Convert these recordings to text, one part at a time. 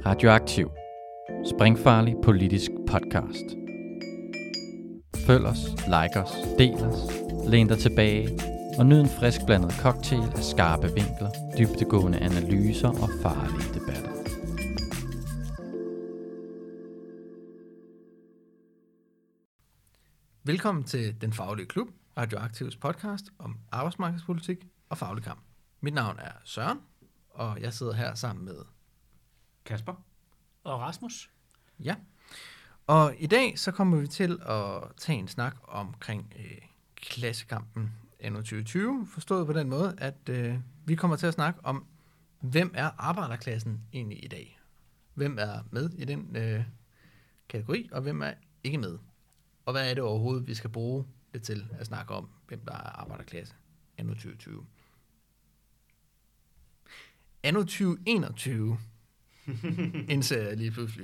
Radioaktiv. Springfarlig politisk podcast. Følg os, like os, del os, læn dig tilbage og nyd en frisk blandet cocktail af skarpe vinkler, dybdegående analyser og farlige debatter. Velkommen til Den Faglige Klub, Radioaktivs podcast om arbejdsmarkedspolitik og faglig kamp. Mit navn er Søren, og jeg sidder her sammen med Kasper og Rasmus. Ja, og i dag så kommer vi til at tage en snak omkring klassekampen anno 2020, forstået på den måde, at vi kommer til at snakke om, hvem er arbejderklassen egentlig i dag? Hvem er med i den kategori, og hvem er ikke med? Og hvad er det overhovedet, vi skal bruge det til at snakke om, hvem der er arbejderklasse anno 2020? Anno 2021 indser jeg lige pludselig.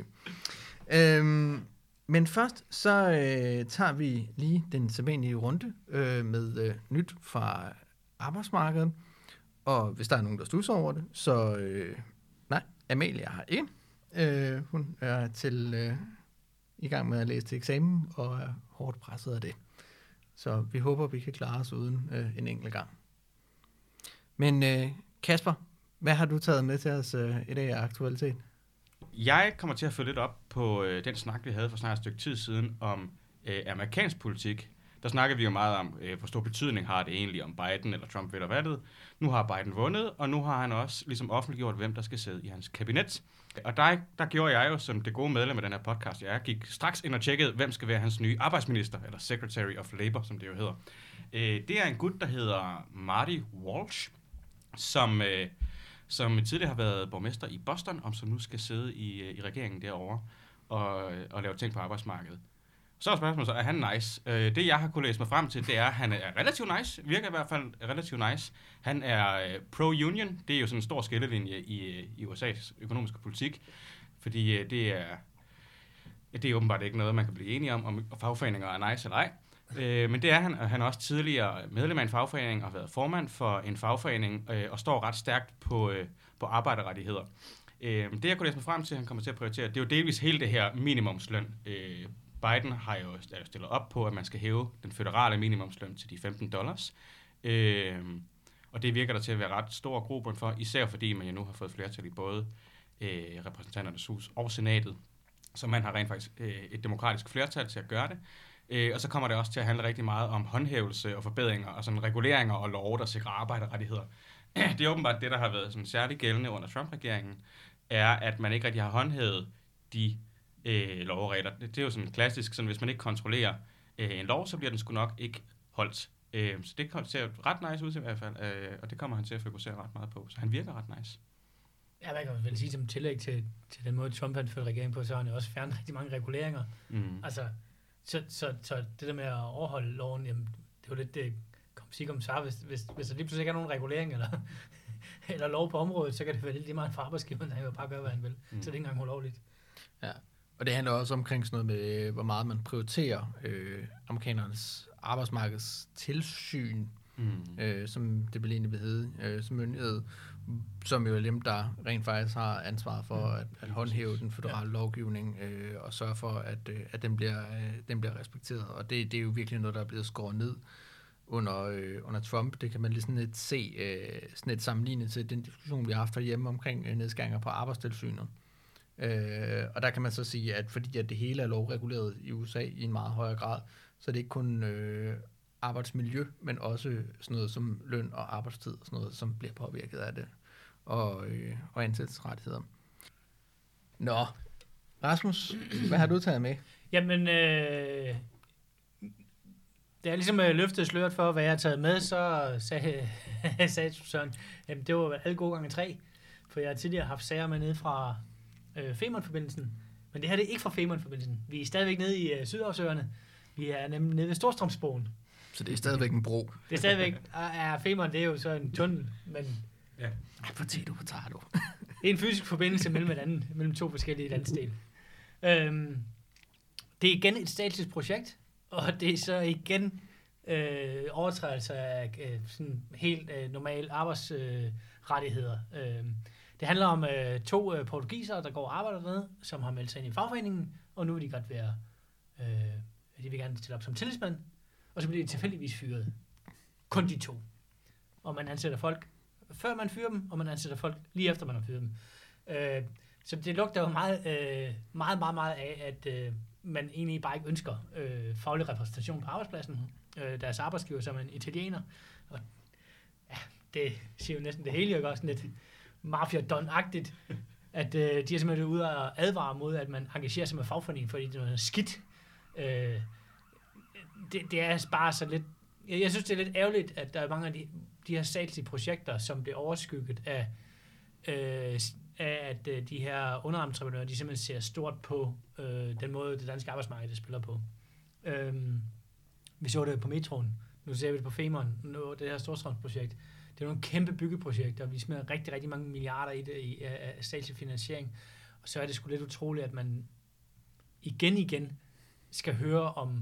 Men først så tager vi lige den sædvanlige runde med nyt fra arbejdsmarkedet. Og hvis der er nogen, der studser over det, så nej, Amalie har ikke. Hun er i gang med at læse til eksamen og er hårdt presset af det. Så vi håber, vi kan klare os uden en enkelt gang. Men Kasper, hvad har du taget med til os i dag af aktualitet? Jeg kommer til at følge lidt op på den snak, vi havde for snart et stykke tid siden om amerikansk politik. Der snakkede vi jo meget om, hvor stor betydning har det egentlig, om Biden eller Trump vinder valget. Nu har Biden vundet, og nu har han også ligesom offentliggjort, hvem der skal sidde i hans kabinet. Og der gjorde jeg jo som det gode medlem af den her podcast, jeg gik straks ind og tjekkede, hvem skal være hans nye arbejdsminister, eller Secretary of Labor, som det jo hedder. Det er en gut, der hedder Marty Walsh, som tidligere har været borgmester i Boston, og som nu skal sidde i regeringen derovre og lave ting på arbejdsmarkedet. Så er spørgsmålet så, er han nice? Det jeg har kunnet læse mig frem til, det er, at han er relativt nice, virker i hvert fald relativt nice. Han er pro-union, det er jo sådan en stor skillelinje i USA's økonomiske politik, fordi det er åbenbart ikke noget, man kan blive enige om fagforeninger er nice eller ej. Men det er han, og han er også tidligere medlem af en fagforening og har været formand for en fagforening og står ret stærkt på arbejderrettigheder. Det jeg kunne læse mig frem til, han kommer til at prioritere, det er jo delvis hele det her minimumsløn. Biden har jo stillet op på, at man skal hæve den føderale minimumsløn til de $15. Og det virker der til at være ret stor grobund for, især fordi man jo nu har fået flertal i både repræsentanternes hus og senatet. Så man har rent faktisk et demokratisk flertal til at gøre det. Og så kommer det også til at handle rigtig meget om håndhævelse og forbedringer og sådan reguleringer og love, der sikrer arbejderrettigheder. Det er åbenbart det, der har været sådan særligt gældende under Trump-regeringen, er, at man ikke rigtig har håndhævet de lovregler. Det er jo sådan klassisk, sådan hvis man ikke kontrollerer en lov, så bliver den sgu nok ikke holdt. Så det ser ret nice ud i hvert fald, og det kommer han til at fokusere ret meget på. Så han virker ret nice. Ja, hvad kan man vel sige som tillæg til den måde, Trump han førte regeringen på, så har han jo også fjernet rigtig mange reguleringer. Altså, så det der med at overholde loven, jamen, det er jo lidt det kom så hvis der lige pludselig ikke er nogen regulering eller lov på området, så kan det være lidt lige meget for arbejdsgiveren, han vil bare gøre, hvad han vil. Så det er ikke engang ulovligt. Ja. Og det handler også omkring sådan noget med, hvor meget man prioriterer amerikanernes arbejdsmarkedstilsyn, som det vil egentlig hedde, som myndighed, som jo er dem, der rent faktisk har ansvar for at håndhæve den føderale lovgivning og sørge for, at den bliver respekteret. Og det er jo virkelig noget, der er blevet skåret ned under Trump. Det kan man lige sådan lidt se sådan et sammenlignet til den diskussion, vi har haft herhjemme omkring nedskæringer på arbejdstilsynet. Og der kan man så sige, at fordi at det hele er lovreguleret i USA i en meget højere grad, så er det ikke kun arbejdsmiljø, men også sådan noget som løn og arbejdstid, og sådan noget, som bliver påvirket af det, og ansættelsesrettigheder. Nå, Rasmus, hvad har du taget med? Jamen, da jeg ligesom løftede sløret for, hvad jeg har taget med, så sagde Søren, jamen det var alle gode gange 3, for jeg har tidligere haft sager med nede fra Femern-forbindelsen, men det her det er ikke fra Femern-forbindelsen. Vi er stadigvæk nede i Sydhavsøerne. Vi er nemlig nede ved Storstrømsbroen. Så det er stadigvæk en bro. Det er stadigvæk, Femern det er jo så en tunnel, men ja. Potato. Det er en fysisk forbindelse mellem to forskellige landsdele. Det er igen et statsligt projekt, og det er så igen overtrædelse af sådan helt normale arbejdsrettigheder. Det handler om 2 portugisere, der går og arbejder dernede, som har meldt sig ind i fagforeningen, og nu vil de godt være, de vil gerne stille op som tillidsmand, og så bliver de tilfældigvis fyret. Kun de 2. Og man ansætter folk, før man fyrer dem, og man ansætter folk lige efter man har fyret dem. Så det lugter jo meget af, at man egentlig bare ikke ønsker faglig repræsentation på arbejdspladsen. Deres arbejdsgiver som en italiener, og ja, det siger jo næsten det hele, jo også lidt mafia-don-agtigt, at de er simpelthen ude og advare mod, at man engagerer sig med fagforeningen, fordi det er noget skidt. Det er bare så lidt... Jeg synes, det er lidt ærgerligt, at der er mange af de her statslige projekter, som bliver overskygget af at de her underentreprenører, de simpelthen ser stort på den måde, det danske arbejdsmarked spiller på. Vi så det på metroen, nu ser vi det på Femern, nu det her Storstrømsprojekt. Det er nogle kæmpe byggeprojekter, vi smider rigtig, rigtig mange milliarder i det af statslig finansiering. Og så er det sgu lidt utroligt, at man igen skal høre om,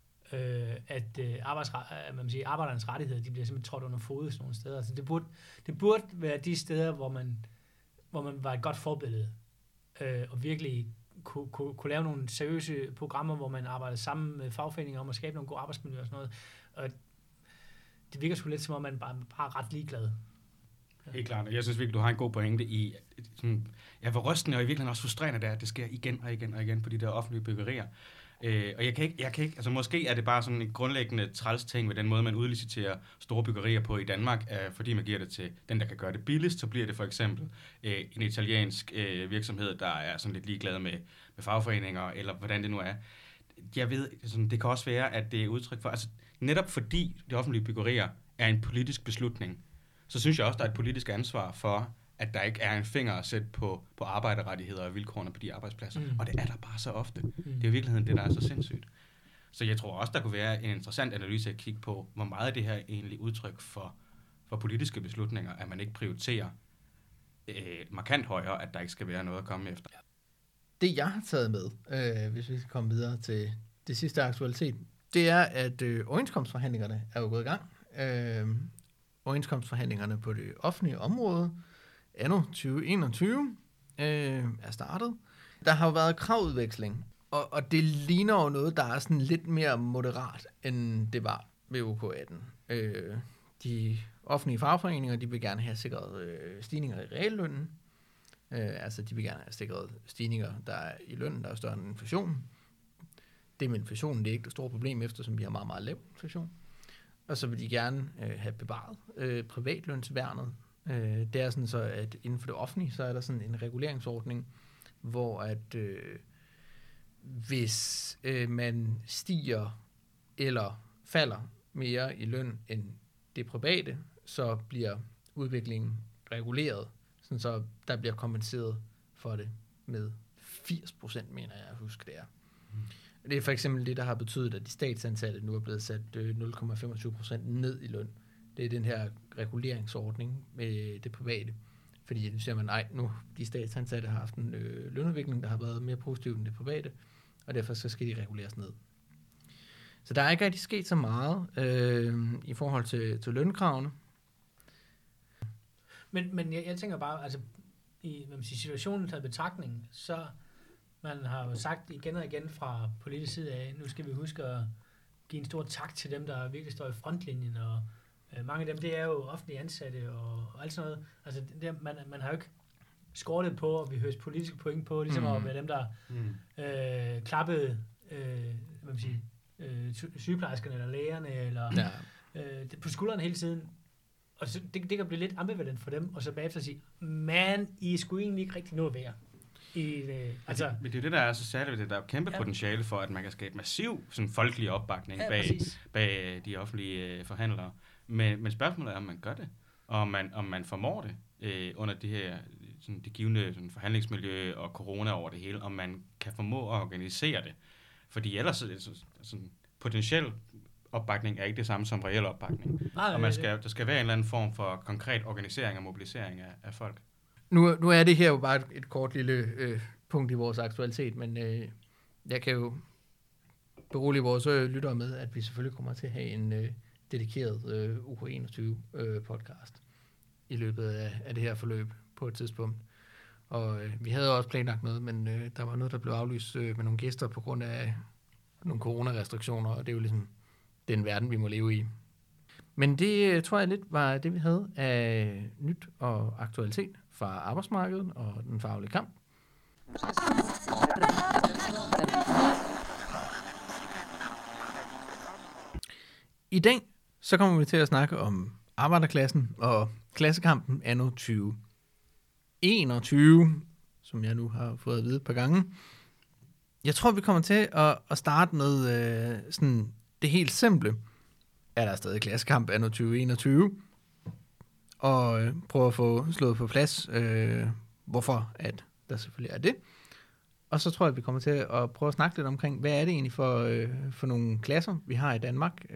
at arbejdernes rettigheder, de bliver simpelthen trådt under fod sådan nogle steder. Altså det burde være de steder, hvor man var et godt forbillede, og virkelig kunne lave nogle seriøse programmer, hvor man arbejder sammen med fagforeninger om at skabe nogle gode arbejdsmiljø og sådan noget. Og det virker sgu lidt som om, man bare er ret ligeglad. Ja. Helt klart. Jeg synes virkelig, du har en god pointe i, sådan, hvor rystende og i virkeligheden også frustrerende det er, at det sker igen og igen på de der offentlige byggerier. Og jeg kan ikke, altså måske er det bare sådan en grundlæggende træls ting ved den måde, man udliciterer store byggerier på i Danmark, fordi man giver det til den, der kan gøre det billigst, så bliver det for eksempel en italiensk virksomhed, der er sådan lidt ligeglad med fagforeninger, eller hvordan det nu er. Jeg ved, sådan, det kan også være, at det er udtryk for, altså netop fordi de offentlige byggerier er en politisk beslutning, så synes jeg også, der er et politisk ansvar for, at der ikke er en finger at sætte på arbejderrettigheder og vilkårene på de arbejdspladser. Og det er der bare så ofte. Det er i virkeligheden det, der er så sindssygt. Så jeg tror også, der kunne være en interessant analyse at kigge på, hvor meget af det her egentlig udtryk for politiske beslutninger, at man ikke prioriterer markant højere, at der ikke skal være noget at komme efter. Det, jeg har taget med, hvis vi skal komme videre til det sidste aktualitet, det er, at overenskomstforhandlingerne er jo gået i gang. Overenskomstforhandlingerne på det offentlige område anno 2021 er startet. Der har jo været kravudveksling, og det ligner jo noget, der er sådan lidt mere moderat, end det var ved OK18. De offentlige fagforeninger, de vil gerne have sikret stigninger i reallønnen. Altså, de vil gerne have sikret stigninger, der er i lønnen, der er større end inflation. Det med inflationen, det er ikke det store problem, eftersom vi har meget, meget lav inflation. Og så vil de gerne have bevaret privatlønsværnet. Det er sådan så, at inden for det offentlige, så er der sådan en reguleringsordning, hvor at hvis man stiger eller falder mere i løn end det private, så bliver udviklingen reguleret, sådan så der bliver kompenseret for det med 80%, mener jeg at huske det er. Det er for eksempel det, der har betydet, at de statsansatte nu er blevet sat 0,25% ned i løn. Det er den her reguleringsordning med det private. Fordi nu siger man, nu de statsansatte har haft en lønudvikling, der har været mere positiv end det private, og derfor så skal de reguleres ned. Så der er ikke rigtig sket så meget i forhold til lønkravene. Men jeg tænker bare, altså i situationen taget betragtning, så man har jo sagt igen og igen fra politisk side af, nu skal vi huske at give en stor tak til dem, der virkelig står i frontlinjen, og mange af dem, det er jo offentlige ansatte og alt sådan noget. Altså, man har jo ikke skortet på, og vi hører politiske point på, ligesom at være dem, der klappede sygeplejerskerne eller lægerne, eller på skulderen hele tiden. Og så, det kan blive lidt ambivalent for dem, og så bagefter sige, man, I skulle egentlig ikke rigtig noget værd. Men det er det, der er så særligt ved det. Der er kæmpe potentiale for, at man kan skabe massiv sådan, folkelig opbakning bag de offentlige forhandlere. Men spørgsmålet er, om man gør det, og om man formår det under det her sådan, det givende sådan, forhandlingsmiljø og corona over det hele, om man kan formå at organisere det. Fordi ellers sådan, potentiel opbakning er ikke det samme som reel opbakning. Og der skal være en eller anden form for konkret organisering og mobilisering af folk. Nu er det her jo bare et kort lille punkt i vores aktualitet, men jeg kan jo berolige vores lyttere med, at vi selvfølgelig kommer til at have en dedikeret UK21 podcast i løbet af det her forløb, på et tidspunkt. Og vi havde også planlagt noget, men der var noget, der blev aflyst med nogle gæster på grund af nogle coronarestriktioner, og det er jo ligesom den verden, vi må leve i. Men det tror jeg lidt var det, vi havde af nyt og aktualitet fra arbejdsmarkedet og den faglige kamp. I dag så kommer vi til at snakke om arbejderklassen og klassekampen anno 2021, som jeg nu har fået at vide et par gange. Jeg tror, vi kommer til at starte med sådan det helt simple. Er der stadig klassekamp anno 2021? Og prøve at få slået på plads, hvorfor at der selvfølgelig er det. Og så tror jeg, at vi kommer til at prøve at snakke lidt omkring, hvad er det egentlig for nogle klasser, vi har i Danmark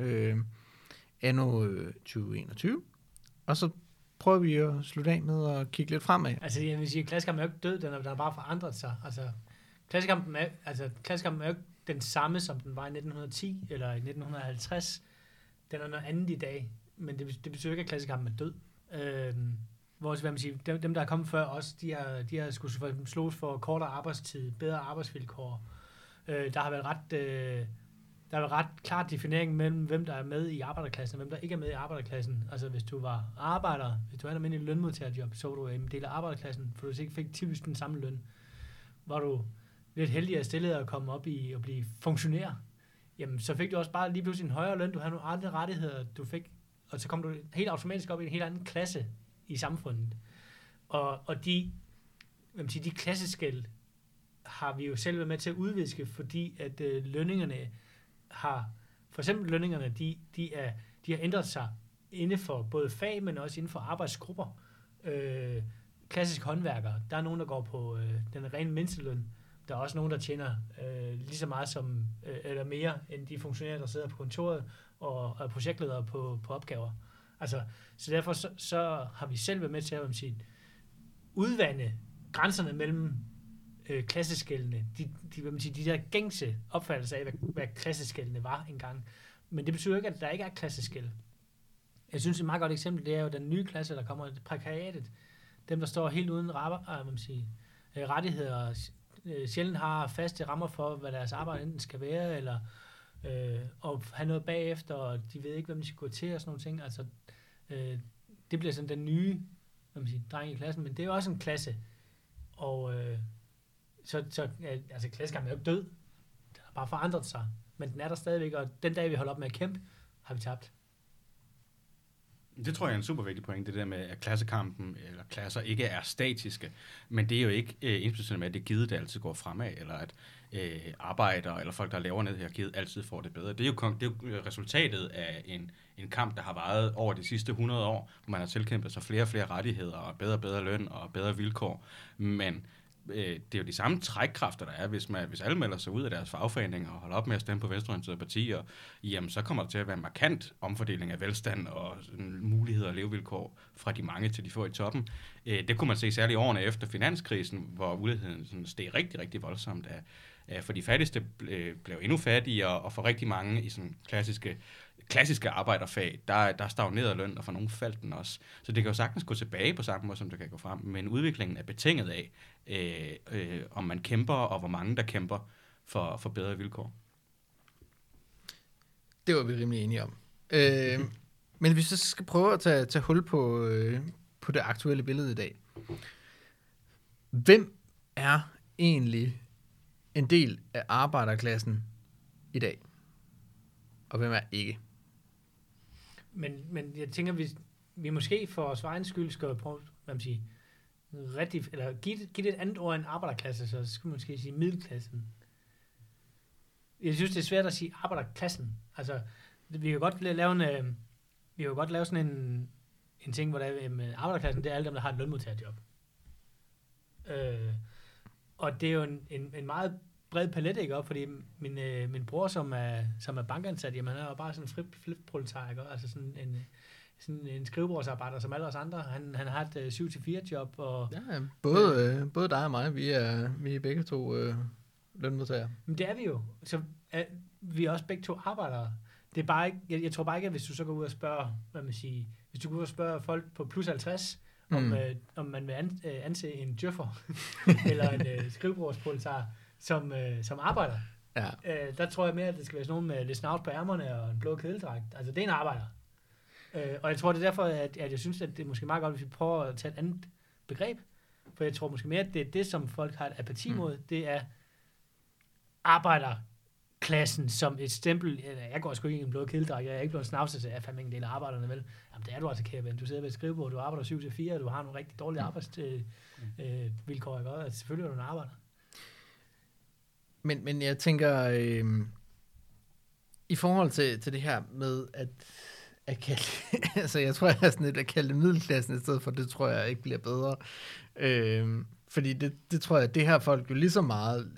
anno 2021. Og så prøver vi at slutte af med at kigge lidt fremad. Altså jeg vil sige, at klassekampen er jo ikke død, den har bare forandret sig. Altså klassekampen er jo ikke den samme, som den var i 1910 eller i 1950. Den er noget andet i dag, men det betyder ikke, at klassekampen er død. Hvad man siger, dem, der er kommet før os, de har skulle slås for kortere arbejdstid, bedre arbejdsvilkår. Der har været ret klar definering mellem, hvem der er med i arbejderklassen, og hvem der ikke er med i arbejderklassen. Altså hvis du var arbejder, hvis du havde en almindelig lønmodtagerjob, så var du en del af arbejderklassen, for du ikke fik typisk den samme løn. Var du lidt heldig at stille at komme op i at blive funktionær, jamen så fik du også bare lige pludselig en højere løn, du havde nogle andre rettigheder, du fik, og så kom du helt automatisk op i en helt anden klasse i samfundet. Og de klasseskel har vi jo selv været med til at udviske, fordi at lønningerne for eksempel lønningerne, de har ændret sig inden for både fag, men også inden for arbejdsgrupper. Klassisk håndværkere, der er nogen, der går på den rene mindsteløn. Der er også nogen, der tjener lige så meget som, eller mere, end de funktionærer, der sidder på kontoret og er projektledere på opgaver. Altså, så derfor så har vi selv været med til at udvande grænserne mellem klasseskældene, de der gængse opfattelser af, hvad klasseskældene var engang. Men det betyder ikke, at der ikke er klasseskæld. Jeg synes, et meget godt eksempel, det er jo den nye klasse, der kommer, prekariatet. Dem, der står helt uden rettigheder, sjældent har faste rammer for, hvad deres arbejde enten skal være, eller og have noget bagefter, og de ved ikke, hvem de skal gå til, og sådan nogle ting. Altså, det bliver sådan den nye dreng i klassen, men det er jo også en klasse. Og altså klassekampen er jo ikke død. Den har bare forandret sig. Men den er der stadigvæk, og den dag, vi holder op med at kæmpe, har vi tabt. Det tror jeg er en super vigtig point, det der med, at klassekampen eller klasser ikke er statiske. Men det er jo ikke ensbetydende med, at det givet, det altid går fremad, eller at arbejdere eller folk, der laver ned her, givet altid får det bedre. Det er jo resultatet af en kamp, der har varet over de sidste 100 år, hvor man har tilkæmpet sig flere og flere rettigheder, og bedre løn og bedre vilkår. Men det er jo de samme trækkræfter, der er, hvis alle melder sig ud af deres fagforeninger og holder op med at stemme på venstreorienterede partier, jamen så kommer der til at være en markant omfordeling af velstand og muligheder og levevilkår fra de mange til de få i toppen. Det kunne man se særligt årene efter finanskrisen, hvor uligheden sådan steg rigtig, rigtig voldsomt for de fattigste blev endnu fattigere, og for rigtig mange i sådan klassiske arbejderfag, der stagnerede løn, og for nogle faldt den også. Så det kan jo sagtens gå tilbage på samme måde, som det kan gå frem, men udviklingen er betinget af, om man kæmper, og hvor mange der kæmper for bedre vilkår. Det var vi rimelig enige om. Men hvis vi så skal prøve at tage hul på det aktuelle billede i dag. Hvem er egentlig en del af arbejderklassen i dag? Og hvem er ikke? Men jeg tænker, vi måske for svarens skyld skal prøve, give det et andet ord end arbejderklasse, så skal man måske sige middelklassen. Jeg synes, det er svært at sige arbejderklassen. Altså, vi kan godt lave sådan en ting, hvor der er arbejderklassen, det er alle dem, der har et lønmodtagerjob. Og det er jo en meget bred palet, ikke op, fordi min bror, som er bankansat, jamen han er jo bare sådan en flip-proletar, ikke? Altså sådan en skrivebordsarbejder som alle os andre. Han har et 7-4 job. Og, ja, både dig og mig, vi er begge to lønmodtagere. Men det er vi jo. Så vi er også begge to arbejdere. Det er bare ikke, jeg tror bare ikke, at hvis du så går ud og spørger, hvis du går ud og spørger folk på plus 50, om man vil anse en djøffer eller en skrivebordsproletar som arbejder. Ja. Der tror jeg mere, at det skal være sådan nogen med lidt snavs på ærmerne og en blå kedeldragt. Altså, det er en arbejder. Og jeg tror, det er derfor, at jeg synes, at det er måske meget godt, hvis vi prøver at tage et andet begreb. For jeg tror måske mere, at det er det, som folk har et apati mod. Det er arbejderklassen som et stempel. Jeg går sgu ikke i en blå kedeldragt. Jeg er ikke blevet snavset, så jeg er fandme ikke en del af arbejderne, vel? Jamen, det er du altså, kære ven. Du sidder ved et skrivebord, du arbejder 7-4, og du har nogle rigtig dårlige arbejdsvilkår, ikke? Altså, selvfølgelig er du en arbejder. Men jeg tænker, i forhold til det her med at kalde, altså jeg tror, jeg er sådan lidt at kalde det middelklassen i stedet for, det tror jeg ikke bliver bedre. Fordi det tror jeg, det her folk jo lige så meget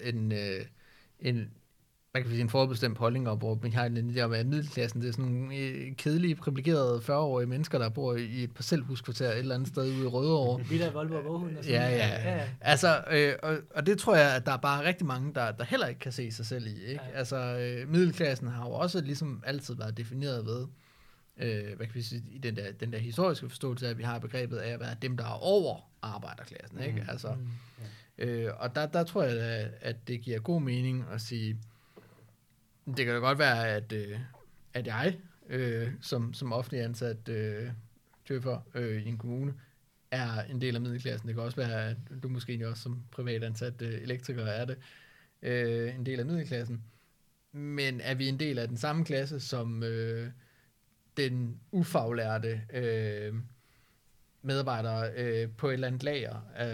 man kan sige, en forbestemt holdning op, hvor man har en idé om, at middelklassen, det er sådan nogle kedelige, privilegerede 40-årige mennesker, der bor i et parcelhuskvarter et eller andet sted ude i Rødovre. Vi der i Voldborg Våghund. Ja. Altså, og det tror jeg, at der er bare rigtig mange, der heller ikke kan se sig selv i. Ikke? Ja. Altså, middelklassen har jo også ligesom altid været defineret ved, hvad kan vi sige, i den der historiske forståelse af, at vi har begrebet af at være dem, der er over arbejderklassen. Ikke? Altså, og der tror jeg, at det giver god mening at sige, det kan da godt være, at jeg som offentlig ansat tøffer i en kommune er en del af middelklassen. Det kan også være, at du måske også som privatansat elektriker er det en del af middelklassen. Men er vi en del af den samme klasse som den ufaglærte medarbejder på et eller andet lager,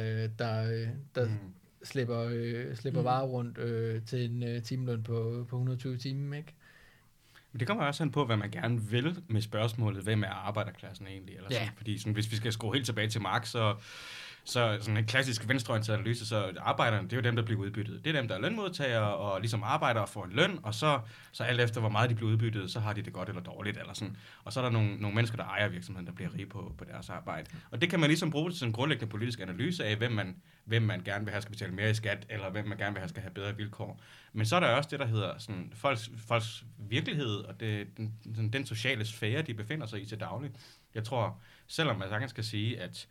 der slipper varer rundt til en timeløn på 120 timer, ikke? Men det kommer også an på, hvad man gerne vil med spørgsmålet, hvem er arbejderklassen egentlig? Eller sådan. Fordi sådan, hvis vi skal skrue helt tilbage til Marx, så sådan en klassisk venstreorienteret analyse, så arbejderne, det er jo dem, der bliver udbyttet. Det er dem, der er lønmodtagere og ligesom arbejder og får en løn, og så alt efter, hvor meget de bliver udbyttet, så har de det godt eller dårligt. Eller sådan. Og så er der nogle mennesker, der ejer virksomheden, der bliver rige på deres arbejde. Og det kan man ligesom bruge til en grundlæggende politisk analyse af, hvem man gerne vil have skal betale mere i skat, eller hvem man gerne vil have skal have bedre vilkår. Men så er der også det, der hedder sådan, folks virkelighed, og den sociale sfære, de befinder sig i til daglig. Jeg tror, selvom man sagtens skal sige, at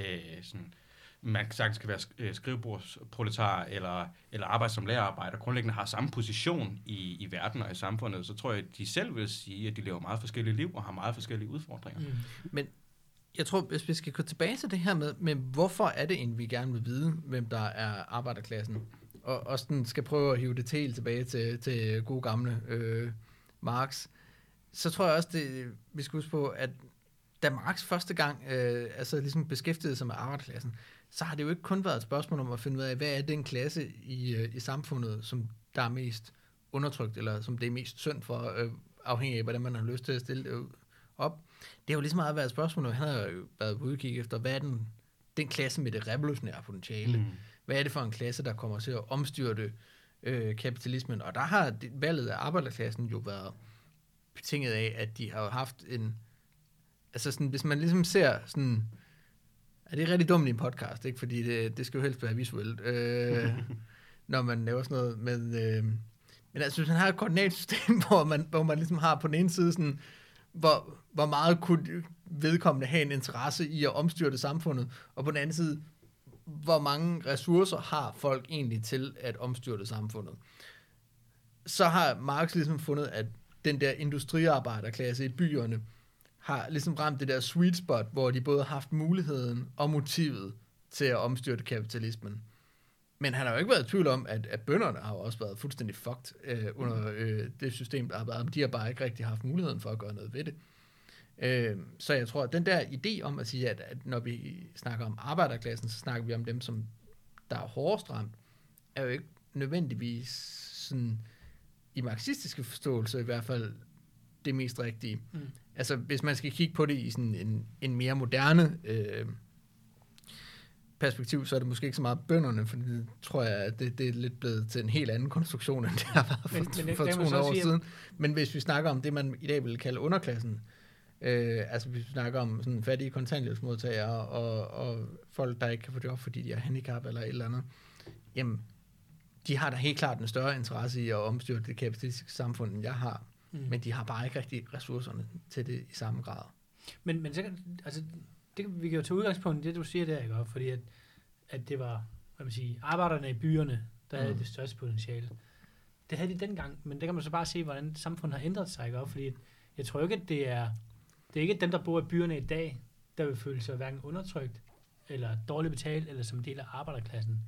man sagtens kan være skrivebordsproletar eller arbejde som lærerarbejder, grundlæggende har samme position i verden og i samfundet, så tror jeg, at de selv vil sige, at de lever meget forskellige liv og har meget forskellige udfordringer. Men jeg tror, hvis vi skal gå tilbage til det her med hvorfor er det egentlig, vi gerne vil vide, hvem der er arbejderklassen, og også den skal prøve at hive det helt tilbage til gode gamle Marx, så tror jeg også, vi skal huske på, at da Marx første gang ligesom beskæftigede sig med arbejderklassen, så har det jo ikke kun været et spørgsmål om at finde ud af, hvad er den klasse i samfundet, som der er mest undertrykt, eller som det er mest synd for, afhængig af, hvordan man har lyst til at stille det op. Det har jo ligesom meget været et spørgsmål, og han har jo været på udkig efter, hvad er den klasse med det revolutionære potentiale? Hvad er det for en klasse, der kommer til at omstyrte kapitalismen? Og der har valget af arbejderklassen jo været betinget af, at de har haft altså sådan, hvis man ligesom ser sådan, det er rigtig dumt i en podcast, ikke? Fordi det skal jo helst være visuelt, når man laver sådan noget. Men altså, hvis man har et koordinatsystem, hvor man ligesom har på den ene side sådan, hvor meget kunne vedkommende have en interesse i at omstyrte samfundet, og på den anden side, hvor mange ressourcer har folk egentlig til at omstyrte samfundet. Så har Marx ligesom fundet, at den der industriarbejderklasse i byerne har ligesom ramt det der sweet spot, hvor de både har haft muligheden og motivet til at omstyrte kapitalismen. Men han har jo ikke været i tvivl om, at bønderne har jo også været fuldstændig fucked under det system, der har været. De har bare ikke rigtig haft muligheden for at gøre noget ved det. Så jeg tror, at den der idé om at sige, at når vi snakker om arbejderklassen, så snakker vi om dem, som der er hårdest ramt, er jo ikke nødvendigvis sådan, i marxistiske forståelse i hvert fald det mest rigtige. Altså, hvis man skal kigge på det i sådan en mere moderne perspektiv, så er det måske ikke så meget bønderne, for det tror jeg, at det er lidt blevet til en helt anden konstruktion, end det har været for 200 år siden. Men hvis vi snakker om det, man i dag vil kalde underklassen, altså hvis vi snakker om sådan fattige kontanthjælpsmodtagere og folk, der ikke kan få job, fordi de har handicap eller et eller andet, jamen, de har da helt klart en større interesse i at omstyrte det kapitalistiske samfund, end jeg har. Men de har bare ikke rigtig ressourcerne til det i samme grad. Men så, altså, vi kan jo tage udgangspunkt i det, du siger der, ikke? Fordi at det var, hvad man siger, arbejderne i byerne, der havde det største potentiale. Det havde de dengang, men det kan man så bare se, hvordan samfundet har ændret sig, ikke? Fordi jeg tror ikke, at det er ikke dem, der bor i byerne i dag, der vil føle sig hverken undertrykt, eller dårligt betalt, eller som del af arbejderklassen.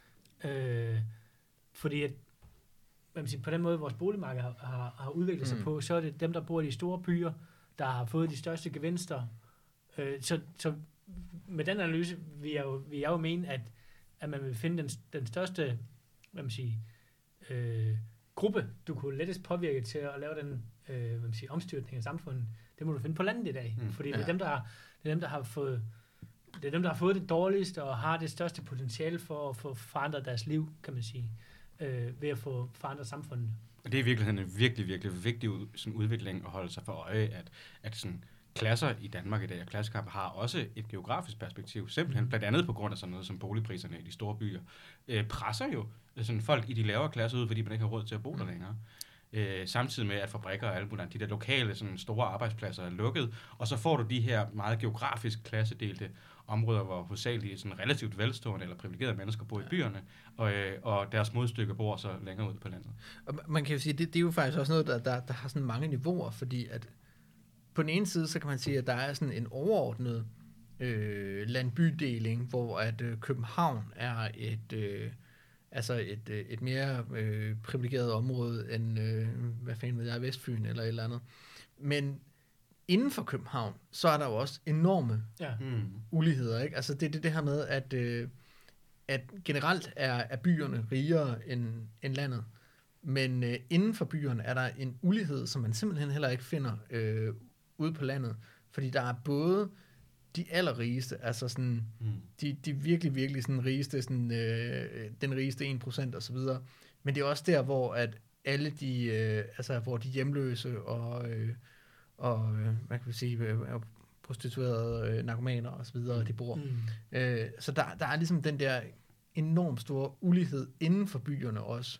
Fordi at, hvad man siger, på den måde, vores boligmarked har udviklet sig på, så er det dem, der bor i de store byer, der har fået de største gevinster. Så med den analyse vil jeg jo mene, at man vil finde den største, hvad man siger, gruppe, du kunne lettest påvirke til at lave den hvad man siger, omstyrtning af samfundet. Det må du finde på landet i dag. Fordi det er dem, der har fået det dårligste og har det største potentiale for at få forandret deres liv, kan man sige, ved at få forandret samfundet. Og det er i virkeligheden en virkelig, virkelig vigtig sådan udvikling at holde sig for øje, at sådan klasser i Danmark i dag, og klassekamp har også et geografisk perspektiv, simpelthen blandt andet på grund af sådan noget som boligpriserne i de store byer, presser jo sådan folk i de lavere klasser ud, fordi man ikke har råd til at bo der længere. Samtidig med, at fabrikker og alle mulige de der lokale sådan store arbejdspladser er lukket, og så får du de her meget geografisk klassedelte områder, hvor hovedsageligt sådan relativt velstående eller privilegerede mennesker bor i byerne, og deres modstykke bor så længere ud på landet. Og man kan jo sige, det er jo faktisk også noget, der har sådan mange niveauer, fordi at på den ene side, så kan man sige, at der er sådan en overordnet landbydeling, hvor at København er et mere privilegeret område end, hvad fanden ved jeg, Vestfyn eller et eller andet. Men inden for København, så er der jo også enorme uligheder, ikke? Altså det her med, at generelt er byerne rigere end landet, men inden for byerne er der en ulighed, som man simpelthen heller ikke finder ude på landet, fordi der er både de allerrigeste, altså sådan de virkelig, virkelig sådan rigeste, sådan, den rigeste 1% og så videre, men det er også der, hvor at alle de, hvor de hjemløse og hvad kan vi sige, prostituerede, narkomaner og så videre, de bor. Så der er ligesom den der enormt store ulighed inden for byerne også.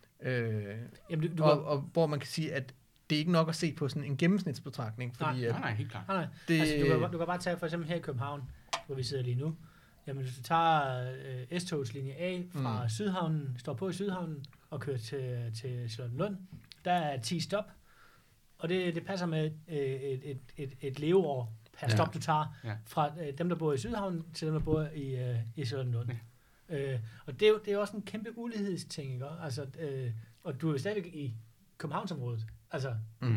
Og hvor man kan sige, at det er ikke nok at se på sådan en gennemsnitsbetragtning, fordi Nej, helt klart. Nej. Altså, du kan bare tage for eksempel her i København, hvor vi sidder lige nu. Jamen, hvis du tager S-togslinje A fra Sydhavnen, står på i Sydhavnen og kører til Charlottenlund, der er 10 stop, og det passer med et leveår per stop, du tager fra dem, der bor i Sydhavnen, til dem, der bor i Charlottenlund. Og det er jo også en kæmpe ulighedsting, ikke? Altså, og du er jo stadigvæk i Københavnsområdet. Altså.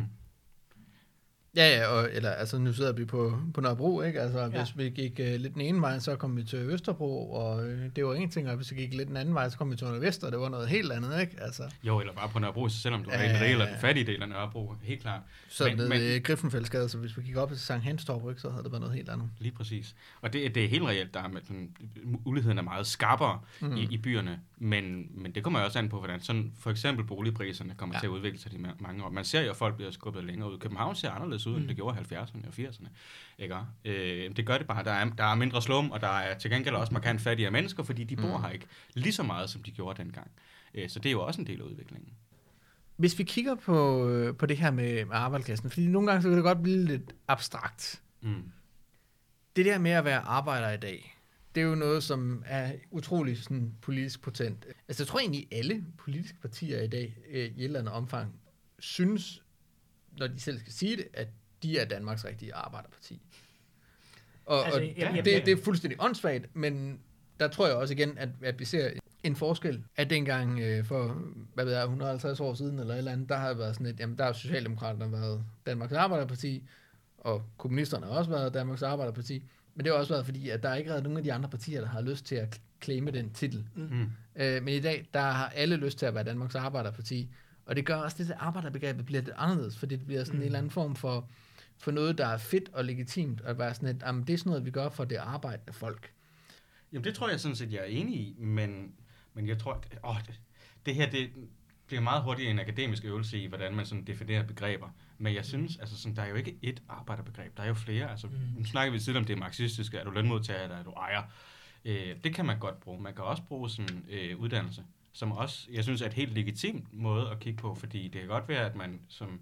Ja, nu sidder vi på Nørrebro, ikke? Altså, hvis vi gik lidt den ene vej, så kom vi til Østerbro, og det var en ting, og hvis vi gik lidt den anden vej, så kom vi til Nordvest, og det var noget helt andet, ikke? Altså. Jo, eller bare på Nørrebro, selvom du er en del af den fattige del af Nørrebro, helt klart. Så med Griffenfeldsgade, så hvis vi gik op til Sankt Hanstorp, ikke, så havde det været noget helt andet. Lige præcis. Og det er helt reelt, der er med, uligheden er meget skarpere i byerne, men det kommer jo også an på, hvordan sådan for eksempel boligpriserne kommer til at udvikle sig de mange år. Man ser jo, at folk bliver skubbet længere ud. København ser anderledes ud, end det gjorde i 70'erne og 80'erne. Ikke? Det gør det bare. Der er mindre slum, og der er til gengæld også markant fattigere mennesker, fordi de bor her ikke lige så meget, som de gjorde dengang. Så det er jo også en del af udviklingen. Hvis vi kigger på det her med arbejderklassen, fordi nogle gange så kan det godt blive lidt abstrakt. Det der med at være arbejder i dag, det er jo noget, som er utrolig sådan, politisk potent. Altså jeg tror egentlig, alle politiske partier i dag i et eller andet omfang synes, når de selv skal sige det, at de er Danmarks rigtige arbejderparti. Og det er fuldstændig åndssvagt, men der tror jeg også igen, at vi ser en forskel. At dengang for, 150 år siden eller et eller andet, der har været sådan et, jamen der har Socialdemokraterne været Danmarks arbejderparti, og kommunisterne har også været Danmarks arbejderparti, men det har også været fordi, at der ikke er nogen af de andre partier, der har lyst til at claime den titel. Men i dag, der har alle lyst til at være Danmarks arbejderparti, og det gør også, at det arbejderbegrebet bliver lidt anderledes, fordi det bliver sådan en eller anden form for noget, der er fedt og legitimt, at være sådan et, jamen det er sådan noget, vi gør for det arbejdende folk. Jamen det tror jeg sådan set, jeg er enig i, men jeg tror, det her, det bliver meget hurtigt en akademisk øvelse i, hvordan man sådan definerer begreber. Men jeg synes, altså sådan, der er jo ikke ét arbejderbegreb, der er jo flere. Altså, nu snakker vi tidligere om det marxistiske, er du lønmodtager, eller er du ejer? Det kan man godt bruge. Man kan også bruge sådan uddannelse, som også, jeg synes, er et helt legitimt måde at kigge på, fordi det kan godt være, at man som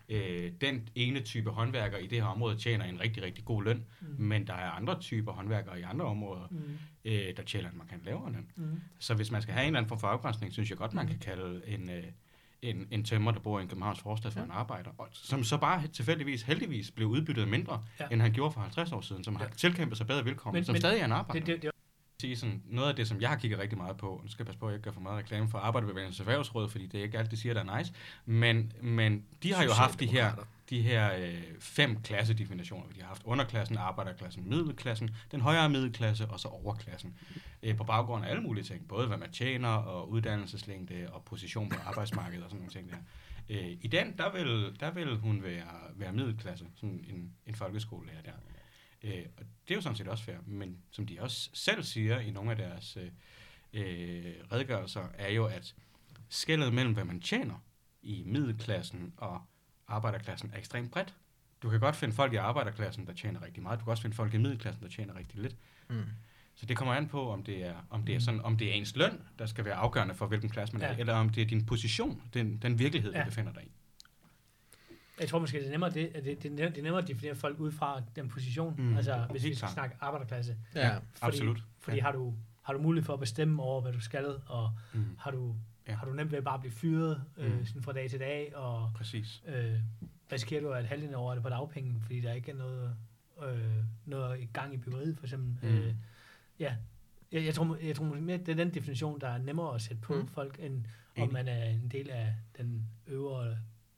den ene type håndværker i det her område tjener en rigtig, rigtig god løn, men der er andre typer håndværkere i andre områder, der tjener en markant lavere løn. Så hvis man skal have en eller anden form for afgrænsning, synes jeg godt, man kan kalde en tømrer, der bor i en Københavns forstad for en arbejder, og som så bare tilfældigvis, heldigvis, blev udbyttet mindre, end han gjorde for 50 år siden, som har tilkæmpet sig bedre vilkår, men som stadig er en arbejder. Sådan, noget af det, som jeg har kigget rigtig meget på, nu skal jeg passe på, at jeg ikke gør for meget reklame for Arbejderbevægelsens Erhvervsråd, fordi det er ikke alt, de siger, der er nice, men de har jo haft de her 5 klassedefinitioner. De har haft underklassen, arbejderklassen, middelklassen, den højere middelklasse og så overklassen. På baggrund af alle mulige ting, både hvad man tjener og uddannelseslængde og position på arbejdsmarkedet og sådan nogle ting der. I den, der vil hun være middelklasse, sådan en folkeskolelærer der. Og det er jo sådan set også fair, men som de også selv siger i nogle af deres redegørelser, er jo, at skellet mellem, hvad man tjener i middelklassen og arbejderklassen, er ekstremt bredt. Du kan godt finde folk i arbejderklassen, der tjener rigtig meget. Du kan også finde folk i middelklassen, der tjener rigtig lidt. Så det kommer an på, om det er ens løn, der skal være afgørende for, hvilken klasse man er, eller om det er din position, den virkelighed, du befinder dig i. Jeg tror måske, det er nemmere, det er nemmere at definere folk ud fra den position, altså hvis vi skal snakke arbejderklasse. Ja, absolut. Fordi har du mulighed for at bestemme over, hvad du skal, og har du nemt ved at bare blive fyret sådan fra dag til dag, og risikerer du at halvdelen over det på dagpenge, fordi der ikke er noget i gang i byggeriet, for eksempel. Jeg tror mere, det er den definition, der er nemmere at sætte på folk, end om man er en del af den øvre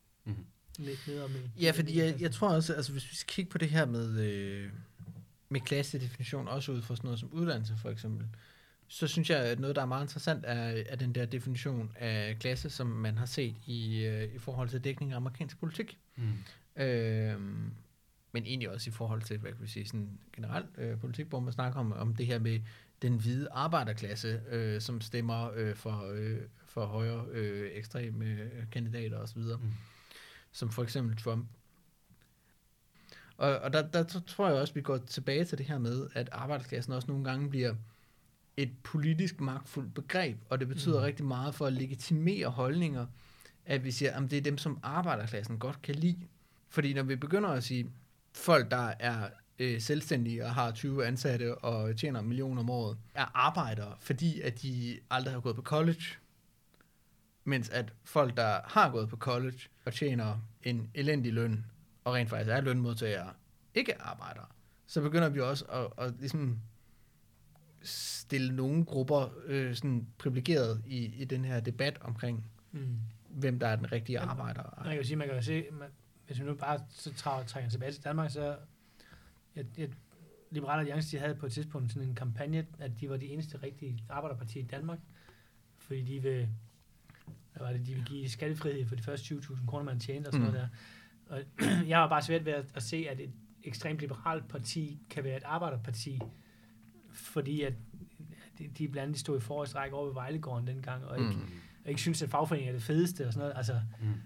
Ja, fordi jeg tror også, altså hvis vi skal kigge på det her med klassedefinition, også ud fra sådan noget som uddannelse for eksempel, så synes jeg, at noget, der er meget interessant, er den der definition af klasse, som man har set i forhold til dækning af amerikansk politik. Men egentlig også i forhold til, hvad kan vi sige, sådan generelt politik, hvor man snakker om det her med den hvide arbejderklasse, som stemmer for højre ekstreme kandidater osv., som for eksempel Trump. Og der tror jeg også, vi går tilbage til det her med, at arbejderklassen også nogle gange bliver et politisk magtfuldt begreb, og det betyder rigtig meget for at legitimere holdninger, at vi siger, at det er dem, som arbejderklassen godt kan lide. Fordi når vi begynder at sige, folk, der er selvstændige og har 20 ansatte og tjener 1 million om året, er arbejdere, fordi at de aldrig har gået på college, mens at folk, der har gået på college og tjener en elendig løn, og rent faktisk er lønmodtagere, ikke arbejdere, så begynder vi også at ligesom stille nogle grupper sådan privilegeret i den her debat omkring, hvem der er den rigtige arbejder. Man kan jo se, hvis vi nu bare så trækker tilbage til Danmark, så Liberale Alliance, de havde på et tidspunkt sådan en kampagne, at de var de eneste rigtige arbejderparti i Danmark, fordi de vil give skattefrihed for de første 20.000 kroner, man tjente og sådan noget der. Og jeg har bare svært ved at se, at et ekstremt liberalt parti kan være et arbejderparti, fordi at de blandt andet stod i forreste række over ved Vejlegården dengang, og ikke synes, at fagforeningen er det fedeste og sådan noget. Altså,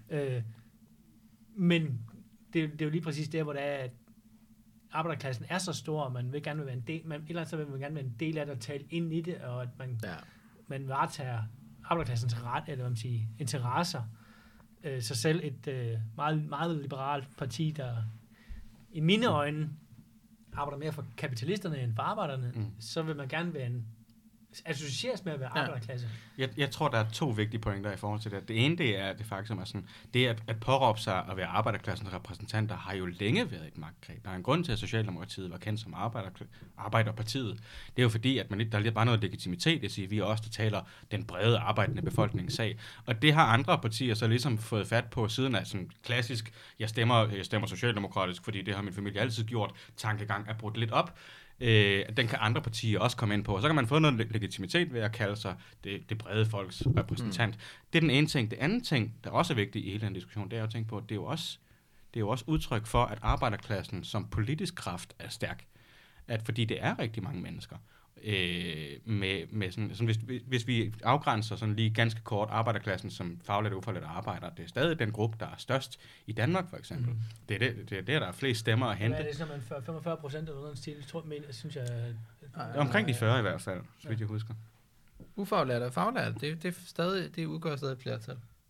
men det er jo lige præcis der, hvor det er, at arbejderklassen er så stor, og man vil gerne være en del, så vil man gerne være en del af det og tale ind i det, og at man varetager arbejderklassens ret, eller hvad man siger, interesser. Så selv et meget, meget liberalt parti, der i mine øjne arbejder mere for kapitalisterne end for arbejderne, så vil man gerne være associeres med at være arbejderklasse. Jeg tror, der er 2 vigtige pointer i forhold til det. Det ene, det er det faktum, at påråbe sig at være arbejderklassens repræsentanter, har jo længe været et magtgreb. Der er en grund til, at Socialdemokratiet var kendt som Arbejderpartiet. Det er jo fordi, at der er bare noget legitimitet, det siger, vi er også, der taler den brede arbejdende befolkningssag. Og det har andre partier så ligesom fået fat på siden af sådan klassisk, jeg stemmer socialdemokratisk, fordi det har min familie altid gjort, tankegang er brudt lidt op. Den kan andre partier også komme ind på, og så kan man få noget legitimitet ved at kalde sig det brede folks repræsentant. Det er den ene ting. Det anden ting, der også er vigtigt i hele den diskussion, det er jo at tænke på, at det er jo også udtryk for, at arbejderklassen som politisk kraft er stærk. Fordi det er rigtig mange mennesker. Med sådan, hvis vi afgrænser sådan lige ganske kort arbejderklassen som faglært og ufaglært arbejder, det er stadig den gruppe, der er størst i Danmark for eksempel. Det er der er flest stemmer at hente. Hvad er det, som 45% eller noget stil, synes jeg... Omkring de 40 i hvert fald, så vidt jeg husker. Ufaglært og faglært, det udgør stadig et flertal.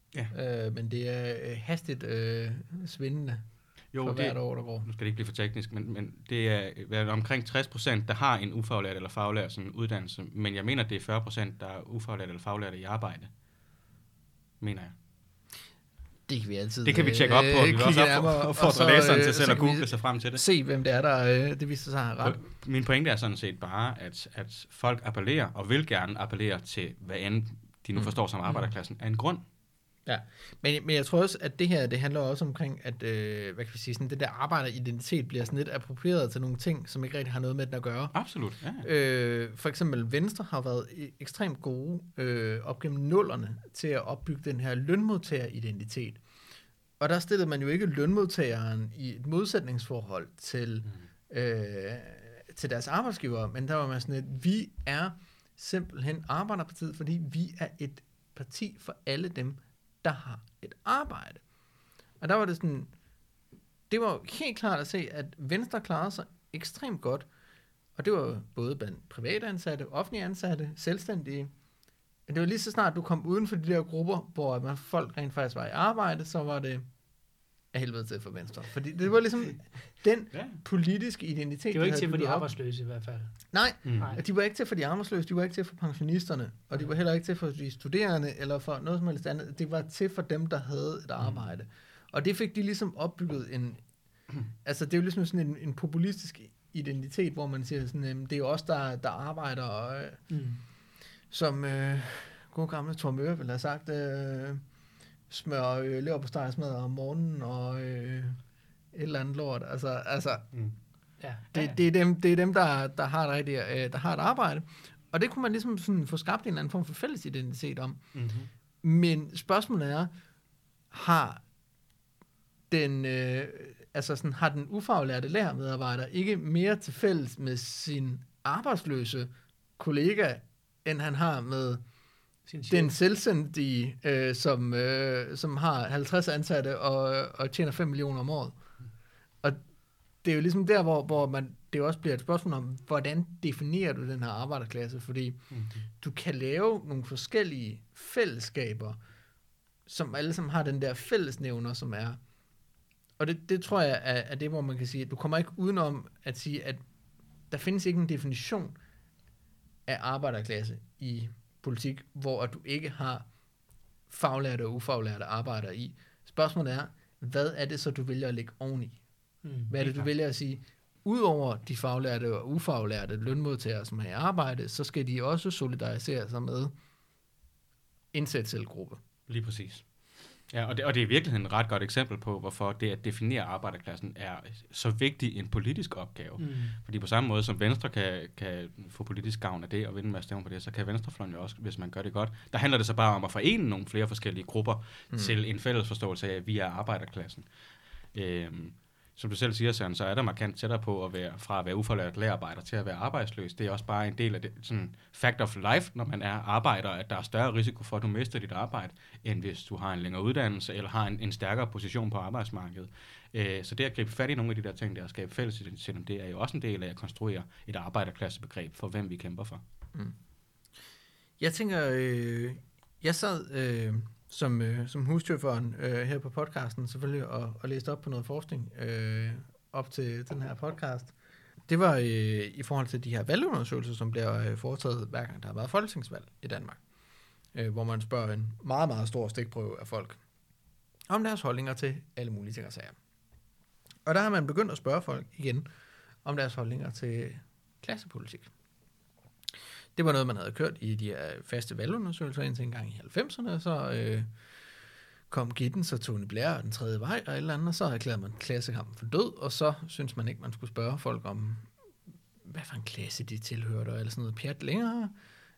Ja. Men det er hastigt svindende jo, for hvert år, der går. Nu skal det ikke blive for teknisk, men det er omkring 60%, der har en ufaglært eller faglært sådan uddannelse, men jeg mener, det er 40%, der er ufaglært eller faglært i arbejde. Mener jeg. Det kan vi altid. Det kan vi tjekke op på, og vi vil også opfordre læseren til selv at google sig frem til det. Se, hvem det er, der det viser sig har ret. Min pointe er sådan set bare, at folk appellerer, og vil gerne appellere til, hvad end de nu forstår som arbejderklassen, af en grund. Ja, men jeg tror også, at det her, det handler også omkring, at hvad kan vi sige, sådan, det der arbejderidentitet bliver sådan lidt approprieret til nogle ting, som ikke rigtig har noget med den at gøre. Absolut, ja. For eksempel Venstre har været ekstremt gode op gennem nullerne til at opbygge den her lønmodtageridentitet. Og der stillede man jo ikke lønmodtageren i et modsætningsforhold til deres arbejdsgiver, men der var man sådan, at vi er simpelthen Arbejderpartiet, fordi vi er et parti for alle dem, der har et arbejde. Og der var det sådan, det var helt klart at se, at Venstre klarede sig ekstremt godt, og det var både blandt private ansatte, offentlige ansatte, selvstændige. Men det var lige så snart, du kom uden for de der grupper, hvor folk rent faktisk var i arbejde, så var det af helvede til for Venstre. Fordi det var ligesom den politiske identitet. Det var ikke til for de arbejdsløse i hvert fald. Nej, de var ikke til for de arbejdsløse, de var ikke til for pensionisterne, og de var heller ikke til for de studerende, eller for noget som helst andet. Det var til for dem, der havde et arbejde. Og det fik de ligesom opbygget altså det er jo ligesom sådan en populistisk identitet, hvor man siger sådan, det er jo os, der arbejder, og som gode gamle Thor Møre ville have sagt, smør leverpostejsmad om morgenen, og et eller andet lort. Det er dem, der har et arbejde. Og det kunne man ligesom sådan få skabt en eller anden form for fælles identitet om. Mm-hmm. Men spørgsmålet er, har den ufaglærte lærermedarbejder ikke mere til fælles med sin arbejdsløse kollega, end han har med den selvstændige, som har 50 ansatte og tjener 5 millioner om året. Og det er jo ligesom der, hvor det også bliver et spørgsmål om, hvordan definerer du den her arbejderklasse? Fordi du kan lave nogle forskellige fællesskaber, som alle sammen har den der fællesnævner, som er. Og det tror jeg er det, hvor man kan sige, at du kommer ikke udenom at sige, at der findes ikke en definition af arbejderklasse i politik, hvor du ikke har faglærte og ufaglærte arbejdere i. Spørgsmålet er, hvad er det så, du vælger at lægge oveni? Hvad er det, du vælger at sige? Udover de faglærte og ufaglærte lønmodtagere, som er i arbejde, så skal de også solidarisere sig med indsætselgruppe. Lige præcis. Ja, og det er i virkeligheden et ret godt eksempel på, hvorfor det at definere arbejderklassen er så vigtig en politisk opgave. Fordi på samme måde som Venstre kan få politisk gavn af det og vinde en masse stemmer på det, så kan Venstrefløjen jo også, hvis man gør det godt. Der handler det så bare om at forene nogle flere forskellige grupper til en fælles forståelse af, at vi er arbejderklassen. Som du selv siger, Søren, så er der markant tættere på fra at være ufaglært lærerarbejder til at være arbejdsløs. Det er også bare en del af det sådan fact of life, når man er arbejder, at der er større risiko for, at du mister dit arbejde, end hvis du har en længere uddannelse eller har en stærkere position på arbejdsmarkedet. Så det at gribe fat i nogle af de der ting, der at skabe fælles identitet, det er jo også en del af at konstruere et arbejderklassebegreb for, hvem vi kæmper for. Jeg tænker, jeg sad som husdyrføren her på podcasten selvfølgelig og læste op på noget forskning op til den her podcast. Det var i forhold til de her valgundersøgelser, som bliver foretaget hver gang der har været folketingsvalg i Danmark, hvor man spørger en meget, meget stor stikprøve af folk om deres holdninger til alle mulige ting og sager. Og der har man begyndt at spørge folk igen om deres holdninger til klassepolitik. Det var noget, man havde kørt i de her faste valgundersøgelser indtil en gang i 90'erne, så kom Gittens og Tony Blair og den tredje vej og et eller andet, og så erklærede man klassekampen for død, og så synes man ikke, man skulle spørge folk om, hvad for en klasse de tilhørte, eller sådan noget pjat længere.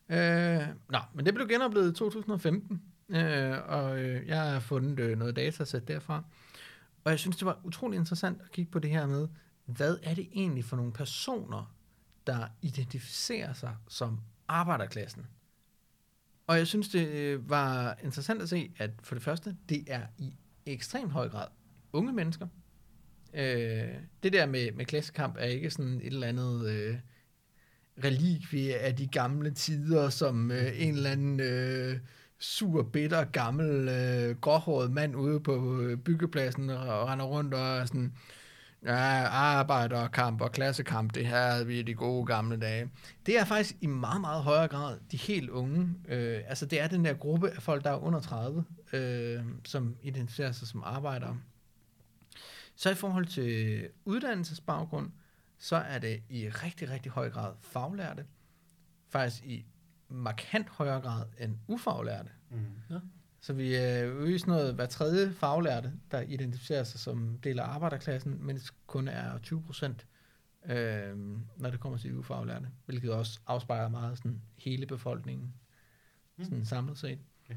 Men det blev genoplevet i 2015, og jeg har fundet noget datasæt derfra, og jeg synes, det var utrolig interessant at kigge på det her med, hvad er det egentlig for nogle personer, der identificerer sig som arbejderklassen. Og jeg synes, det var interessant at se, at for det første, det er i ekstremt høj grad unge mennesker. Det der med klassekamp er ikke sådan et eller andet relikvie af de gamle tider, som en eller anden sur, bitter, gammel, gråhåret mand ude på byggepladsen og render rundt og er sådan, ja, arbejderkamp og klassekamp, det her havde vi i de gode gamle dage. Det er faktisk i meget, meget højere grad de helt unge. Altså det er den der gruppe af folk, der er under 30, som identificerer sig som arbejdere. Så i forhold til uddannelsesbaggrund, så er det i rigtig, rigtig høj grad faglærte. Faktisk i markant højere grad end ufaglærte. Ja. Så vi er jo i sådan noget hver tredje faglærte, der identificerer sig som del af arbejderklassen, mens kun er 20%, når det kommer til ufaglærte, hvilket også afspejler meget sådan hele befolkningen, sådan samlet set. Okay.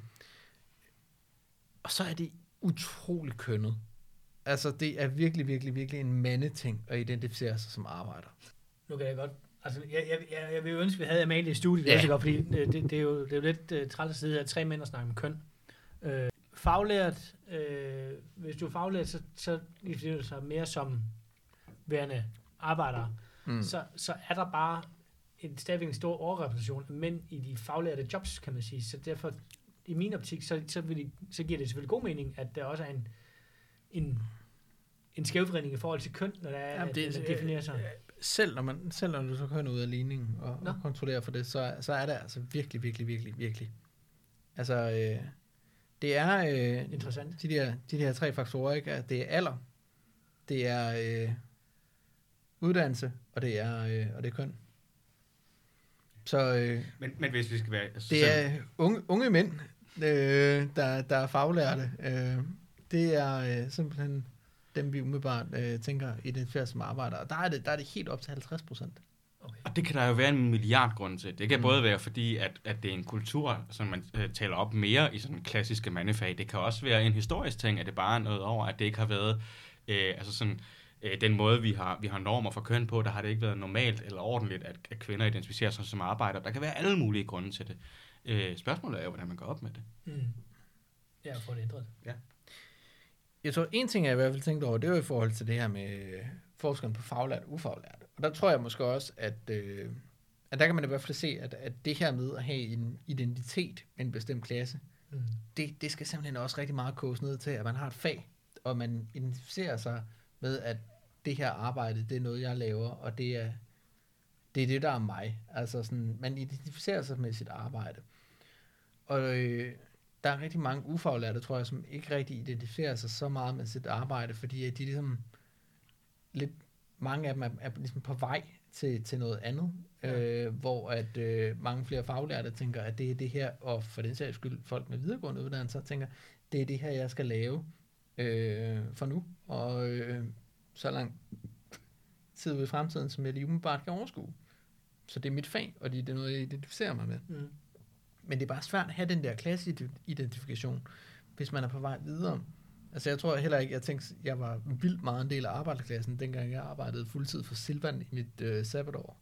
Og så er det utrolig kønnet. Altså, det er virkelig, virkelig, virkelig en mandeting at identificere sig som arbejder. Nu kan jeg godt. Altså, jeg vil jo ønske, at vi havde Amalie i studiet, ja. Godt, fordi det er jo lidt træt at sidde af 3 mænd og snakke om køn. Faglært, hvis du er faglært, så identificerer du sig mere som værende arbejdere. Så er der bare stadigvæk en stor overrepræsentation af mænd i de faglærte jobs, kan man sige. Så derfor, i min optik, så giver det selvfølgelig god mening, at der også er en skævvridning i forhold til køn, når der er, at det definerer sig. Selv når du så kører ud af ligningen og kontrollerer for det, så er det altså virkelig, virkelig, virkelig, virkelig. Altså, det er interessant. De her 3 faktorer, ikke? Det er alder, det er uddannelse, og det er køn. Så, men hvis vi skal være... Det er unge mænd, der er faglærte. Det er simpelthen dem, vi umiddelbart tænker identificerer som arbejdere. Og der er det helt op til 50%. Okay. Og det kan der jo være en milliard grunde til. Det kan både være fordi, at det er en kultur, som man taler op mere i sådan klassiske mandefag. Det kan også være en historisk ting, at det bare er noget over, at det ikke har været den måde, vi har normer for køn på, der har det ikke været normalt eller ordentligt, at kvinder identificerer sig som arbejdere. Der kan være alle mulige grunde til det. Spørgsmålet er jo, hvordan man går op med det. Ja, for det ændret. Ja. Jeg tror, en ting, jeg i hvert fald tænkte over, det var i forhold til det her med forskellen på faglært og ufaglært. Og der tror jeg måske også, at der kan man i hvert fald se, at det her med at have en identitet med en bestemt klasse, det skal simpelthen også rigtig meget koges ned til, at man har et fag, og man identificerer sig med, at det her arbejde, det er noget, jeg laver, og det er det, der er mig. Altså sådan, man identificerer sig med sit arbejde. Og der er rigtig mange ufaglærte, tror jeg, som ikke rigtig identificerer sig så meget med sit arbejde, fordi de ligesom lidt, mange af dem er ligesom på vej til noget andet, hvor at mange flere faglærte tænker, at det er det her, og for den sags skyld folk med videregående uddannelser tænker, det er det her, jeg skal lave for nu, og så lang tid ude i fremtiden, som jeg lige umiddelbart kan overskue. Så det er mit fag, og det er noget, jeg identificerer mig med. Men det er bare svært at have den der klasseidentifikation, hvis man er på vej videre. Altså jeg tror heller ikke, jeg var vildt meget en del af arbejderklassen, dengang jeg arbejdede fuldtid for Silvan i mit sabbatår.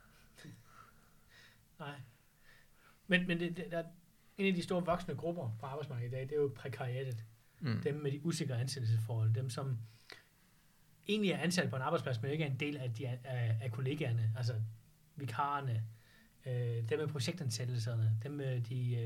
Nej. Men der er en af de store voksne grupper på arbejdsmarkedet i dag, det er jo prekariatet. Dem med de usikre ansættelsesforhold. Dem, som egentlig er ansat på en arbejdsplads, men ikke er en del af kollegaerne. Altså vikarerne, dem med projektansættelserne, dem med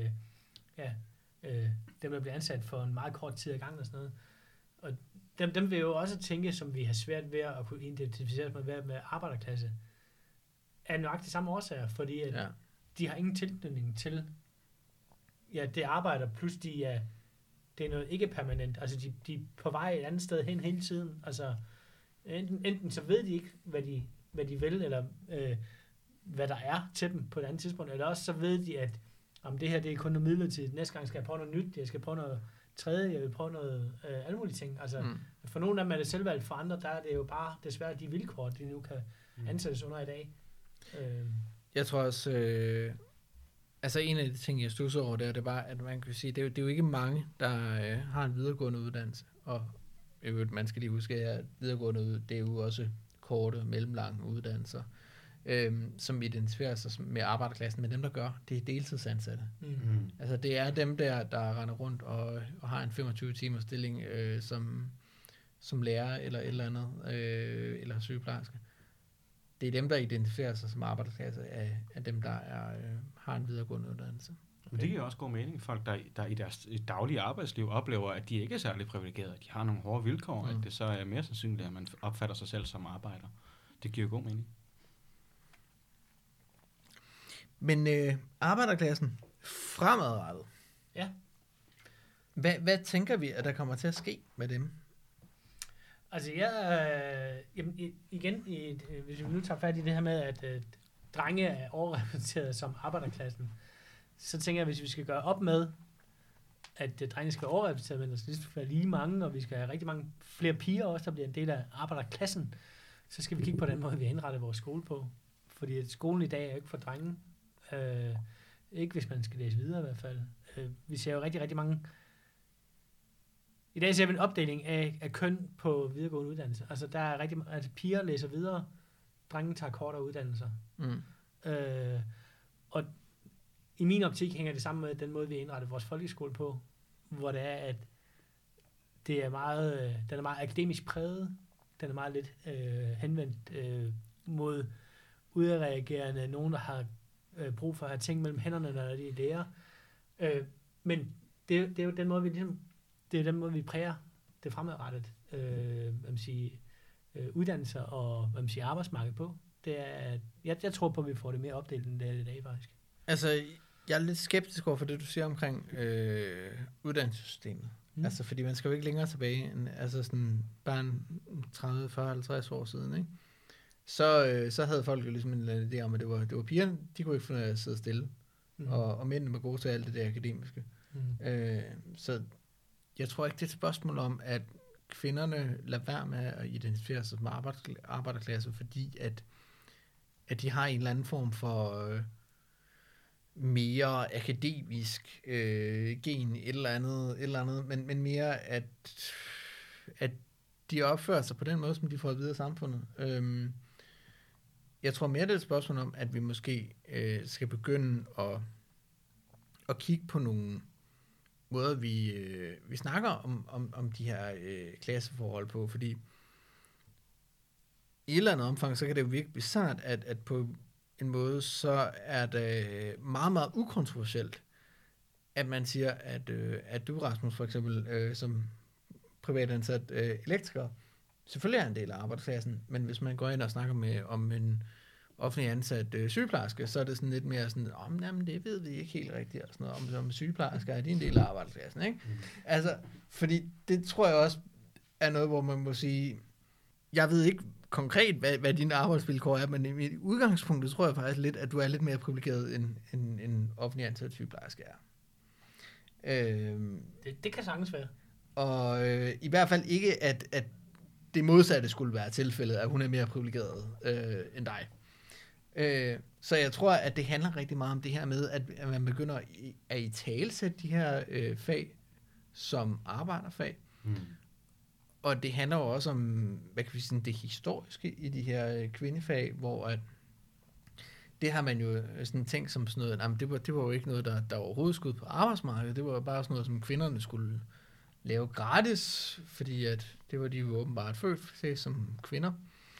dem der bliver ansat for en meget kort tid ad gangen og sådan noget. Og dem vil jo også tænke, som vi har svært ved at kunne identificere med arbejderklasse, er nøjagtigt samme årsager, fordi at de har ingen tilknytning til det arbejder, plus det er noget ikke permanent. Altså de er på vej et andet sted hen hele tiden. Altså enten så ved de ikke, hvad de vil, eller hvad der er til dem på et andet tidspunkt, eller også så ved de, at om det her det er kun noget midlertidigt. Næste gang skal jeg prøve noget nyt, jeg skal prøve noget tredje, jeg vil prøve noget alle mulige ting. Altså for nogle af dem er det selvvalgt, for andre der er det jo bare desværre de vilkår, de nu kan ansættes under i dag. Jeg tror også, altså en af de ting, jeg studser over det var, at man kan sige, det er jo ikke mange, der har en videregående uddannelse, og man skal lige huske, at videregående det er jo også korte, mellemlange uddannelser, som identificerer sig med arbejderklassen, men dem, der gør, det er deltidsansatte. Altså det er dem der render rundt og har en 25-timers stilling som lærer eller et eller andet, eller sygeplejerske. Det er dem, der identificerer sig som arbejderklasse af dem, der har en videregående uddannelse. Men det giver også god mening. Folk, der i deres daglige arbejdsliv oplever, at de ikke er særlig privilegerede. De har nogle hårde vilkår, at det så er mere sandsynligt, at man opfatter sig selv som arbejder. Det giver god mening. Men arbejderklassen fremadrettet. Ja. Hvad tænker vi, at der kommer til at ske med dem? Altså igen, hvis vi nu tager fat i det her med, at drenge er overrepræsenteret som arbejderklassen, så tænker jeg, hvis vi skal gøre op med, at drenge skal være overrepræsenteret, men der skal være lige mange, og vi skal have rigtig mange flere piger også, der bliver en del af arbejderklassen, så skal vi kigge på den måde, vi har indrettet vores skole på. Fordi at skolen i dag er jo ikke for drenge. Ikke hvis man skal læse videre i hvert fald. Vi ser jo rigtig, rigtig mange... I dag ser vi en opdeling af køn på videregående uddannelse. Altså der er altså piger læser videre, drenge tager kortere uddannelser. Og i min optik hænger det sammen med den måde, vi har indrettet vores folkeskole på, hvor det er, at det er meget, den er meget akademisk præget, den er meget lidt henvendt mod udreagerende, nogen, der har brug for at have ting mellem hænderne, når de lærer. Men det er jo den måde, det er den måde, vi præger det fremadrettet uddannelser og arbejdsmarked på. Det er, jeg tror på, at vi får det mere opdelt, end det er i dag, faktisk. Altså, jeg er lidt skeptisk over for det, du siger omkring uddannelsessystemet. Altså, fordi man skal jo ikke længere tilbage end sådan bare 30, 40, 50 år siden, ikke? Så havde folk jo ligesom en idé om, at det var pigerne, de kunne ikke finde at sidde stille. Og mændene var gode til alt det der akademiske. Så jeg tror ikke, det er et spørgsmål om, at kvinderne lader være med at identificere sig som arbejderklasse, fordi at de har en eller anden form for mere akademisk gen, et eller andet, men mere at de opfører sig på den måde, som de får videre i samfundet. Jeg tror mere, det er et spørgsmål om, at vi måske skal begynde at kigge på nogle måder, vi snakker om de her klasseforhold på, fordi i et eller andet omfang, så kan det jo virkelig blive sart, at på en måde, så er det meget, meget ukontroversielt, at man siger, at du, Rasmus, for eksempel, som privatansat elektriker, selvfølgelig er en del af arbejdsklassen, men hvis man går ind og snakker om en offentlig ansat sygeplejerske, så er det sådan lidt mere sådan, jamen, det ved vi ikke helt rigtigt, og sådan noget, om sygeplejersker er de en del af arbejdsklassen, ikke? Altså, fordi det tror jeg også er noget, hvor man må sige, jeg ved ikke konkret, hvad dine arbejdsvilkår er, men i mit udgangspunkt, tror jeg faktisk lidt, at du er lidt mere privilegeret, end en offentlig ansat sygeplejerske er. Det kan sagtens være. Og i hvert fald ikke, at det modsatte skulle være tilfældet, at hun er mere privilegeret end dig. Så jeg tror, at det handler rigtig meget om det her med, at man begynder at italesætte de her fag som arbejderfag. Og det handler jo også om, hvad kan vi sige, det historiske i de her kvindefag, hvor at det har man jo sådan tænkt som sådan noget, jamen det var jo ikke noget, der overhovedet skulle på arbejdsmarkedet. Det var jo bare sådan noget, som kvinderne skulle lave gratis, fordi at det var de jo åbenbart født til som kvinder.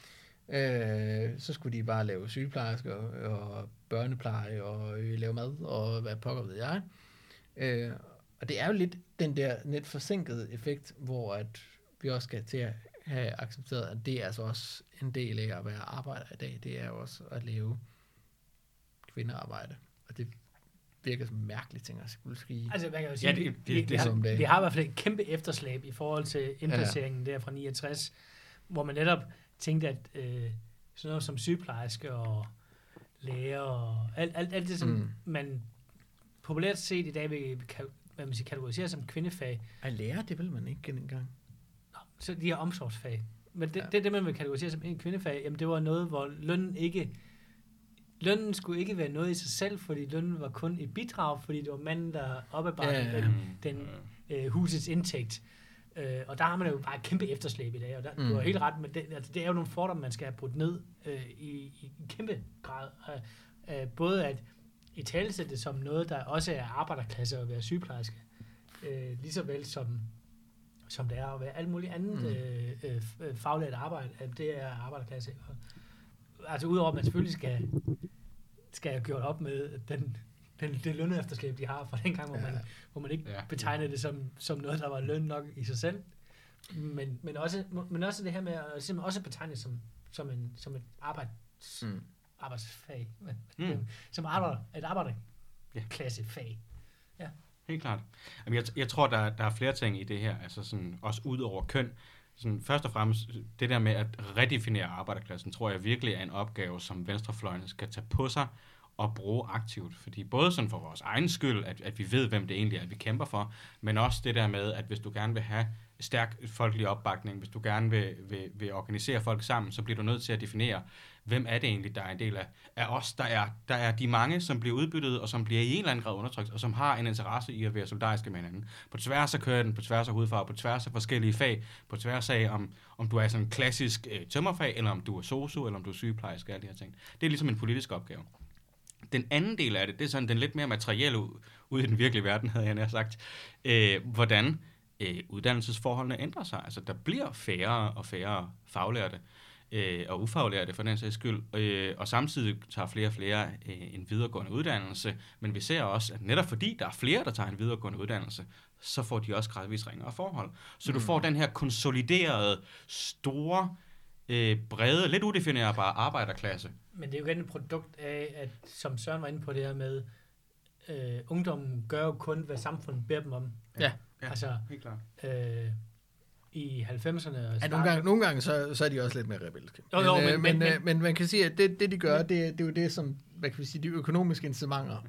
Så skulle de bare lave sygeplejersker og børnepleje og lave mad og hvad pokker ved jeg. Og det er jo lidt den der net forsinkede effekt, hvor at vi også skal til at have accepteret, at det er altså også en del af at være arbejder i dag. Det er jo også at lave kvindearbejde. Og det virker som en mærkelig ting at skulle skrige. Altså, hvad kan jeg sige? Vi har i hvert fald et kæmpe efterslæb i forhold til indplaceringen der fra 69, hvor man netop tænkte, at sådan noget som sygeplejerske og læger og alt det, som man populært set i dag vil kategorisere som kvindefag. Ej, lærer, det vil man ikke engang. Så de her omsorgsfag. Men det, man vil kategorisere som en kvindefag, jamen det var noget, hvor lønnen skulle ikke være noget i sig selv, fordi lønnen var kun et bidrag, fordi det var manden, der oparbejdede den husets indtægt. Og der har man jo bare et kæmpe efterslæb i dag, og du har helt ret med det. Altså, det er jo nogle fordomme, man skal have brudt ned i kæmpe grad. Både at italesætte det som noget, der også er arbejderklasse at være sygeplejerske, lige så vel som det er at være alt muligt andet faglært arbejde, at det er arbejderklasse. Altså udover at man selvfølgelig skal have gjort op med det lønefterslæb, de har fra den gang, hvor man ikke betegnede det som noget, der var løn nok i sig selv. Men også det her med at simpelthen også betegne som et arbejdsfag. Som et arbejderklassefag. Ja. Helt klart. Jamen, jeg tror, der er flere ting i det her, altså sådan, også ud over køn. Sådan, først og fremmest, det der med at redefinere arbejderklassen, tror jeg virkelig er en opgave, som venstrefløjen skal tage på sig og bruge aktivt. Fordi både sådan for vores egen skyld, at vi ved, hvem det egentlig er, vi kæmper for, men også det der med, at hvis du gerne vil have stærk folkelig opbakning, hvis du gerne vil organisere folk sammen, så bliver du nødt til at definere, hvem er det egentlig, der er en del af os. Der er de mange, som bliver udbyttet, og som bliver i en eller anden grad undertrykt, og som har en interesse i at være solidariske med hinanden. På tværs af køn, på tværs af hudfarve, på tværs af forskellige fag, på tværs af, om du er sådan en klassisk tømmerfag, eller om du er sosu, eller om du er sygeplejerske, alle de her ting. Det er ligesom en politisk opgave. Den anden del af det er sådan den lidt mere materielle ud i den virkelige verden, havde jeg nær sagt. Hvordan uddannelsesforholdene ændrer sig. Altså, der bliver færre og færre faglærte og ufaglærte for den sags skyld, og samtidig tager flere og flere en videregående uddannelse, men vi ser også, at netop fordi der er flere, der tager en videregående uddannelse, så får de også gradvist ringere forhold. Så du får den her konsoliderede, store, brede, lidt udefinerbare arbejderklasse. Men det er jo igen et produkt af, at som Søren var inde på det her med, ungdommen gør jo kun, hvad samfundet beder dem om. Ja. Altså, helt klart. I 90'erne... Nogle gange så er de også lidt mere rebelske. Men man kan sige, at det de gør, det er jo det, som, hvad kan vi sige, de økonomiske incitamenter.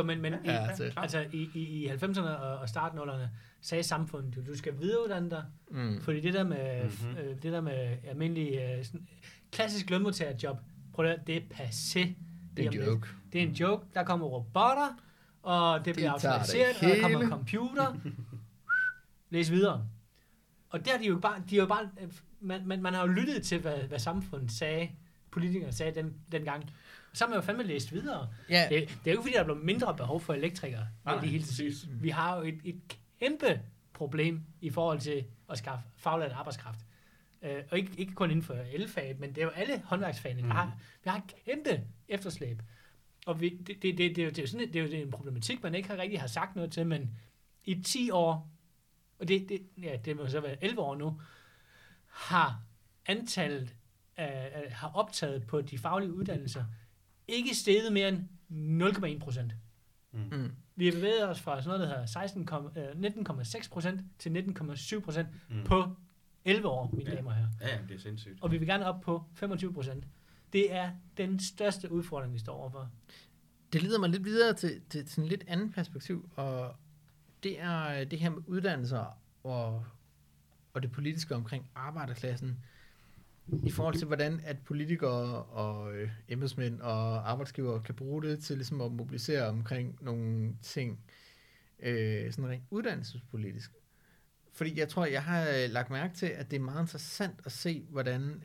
I 90'erne og startnullerne sagde samfundet, du skal videreuddanne dig, fordi det der med almindelige klassisk lønmodtagerjob, det er passé. Det er en joke. Det er en joke. Der kommer robotter, og det bliver automatiseret, og der kommer computer. Læs videre. Og der man har jo lyttet til, hvad samfundet sagde, politikere sagde dengang. Så har man jo fandme læst videre. Yeah. Det er jo ikke, fordi der er blevet mindre behov for elektrikere. Vi har jo et kæmpe problem i forhold til at skaffe faglært arbejdskraft. Og ikke kun inden for elfag, men det er jo alle håndværksfagene. Vi har et kæmpe efterslæb. Og det er jo en problematik, man ikke rigtig har sagt noget til, men i 10 år, og det må så være 11 år nu, har antallet har optaget på de faglige uddannelser ikke steget mere end 0,1%. Vi har bevæget os fra sådan noget, der hedder 19,6% til 19,7% på 11 år, mine damer og herrer. Ja, det er sindssygt. Og vi vil gerne op på 25%. Det er den største udfordring, vi står overfor. Det leder mig lidt videre til sådan et lidt andet perspektiv, og det er det her med uddannelser og det politiske omkring arbejderklassen, i forhold til, hvordan at politikere og embedsmænd og arbejdsgivere kan bruge det til ligesom at mobilisere omkring nogle ting, sådan rent uddannelsespolitisk. Fordi jeg tror, jeg har lagt mærke til, at det er meget interessant at se, hvordan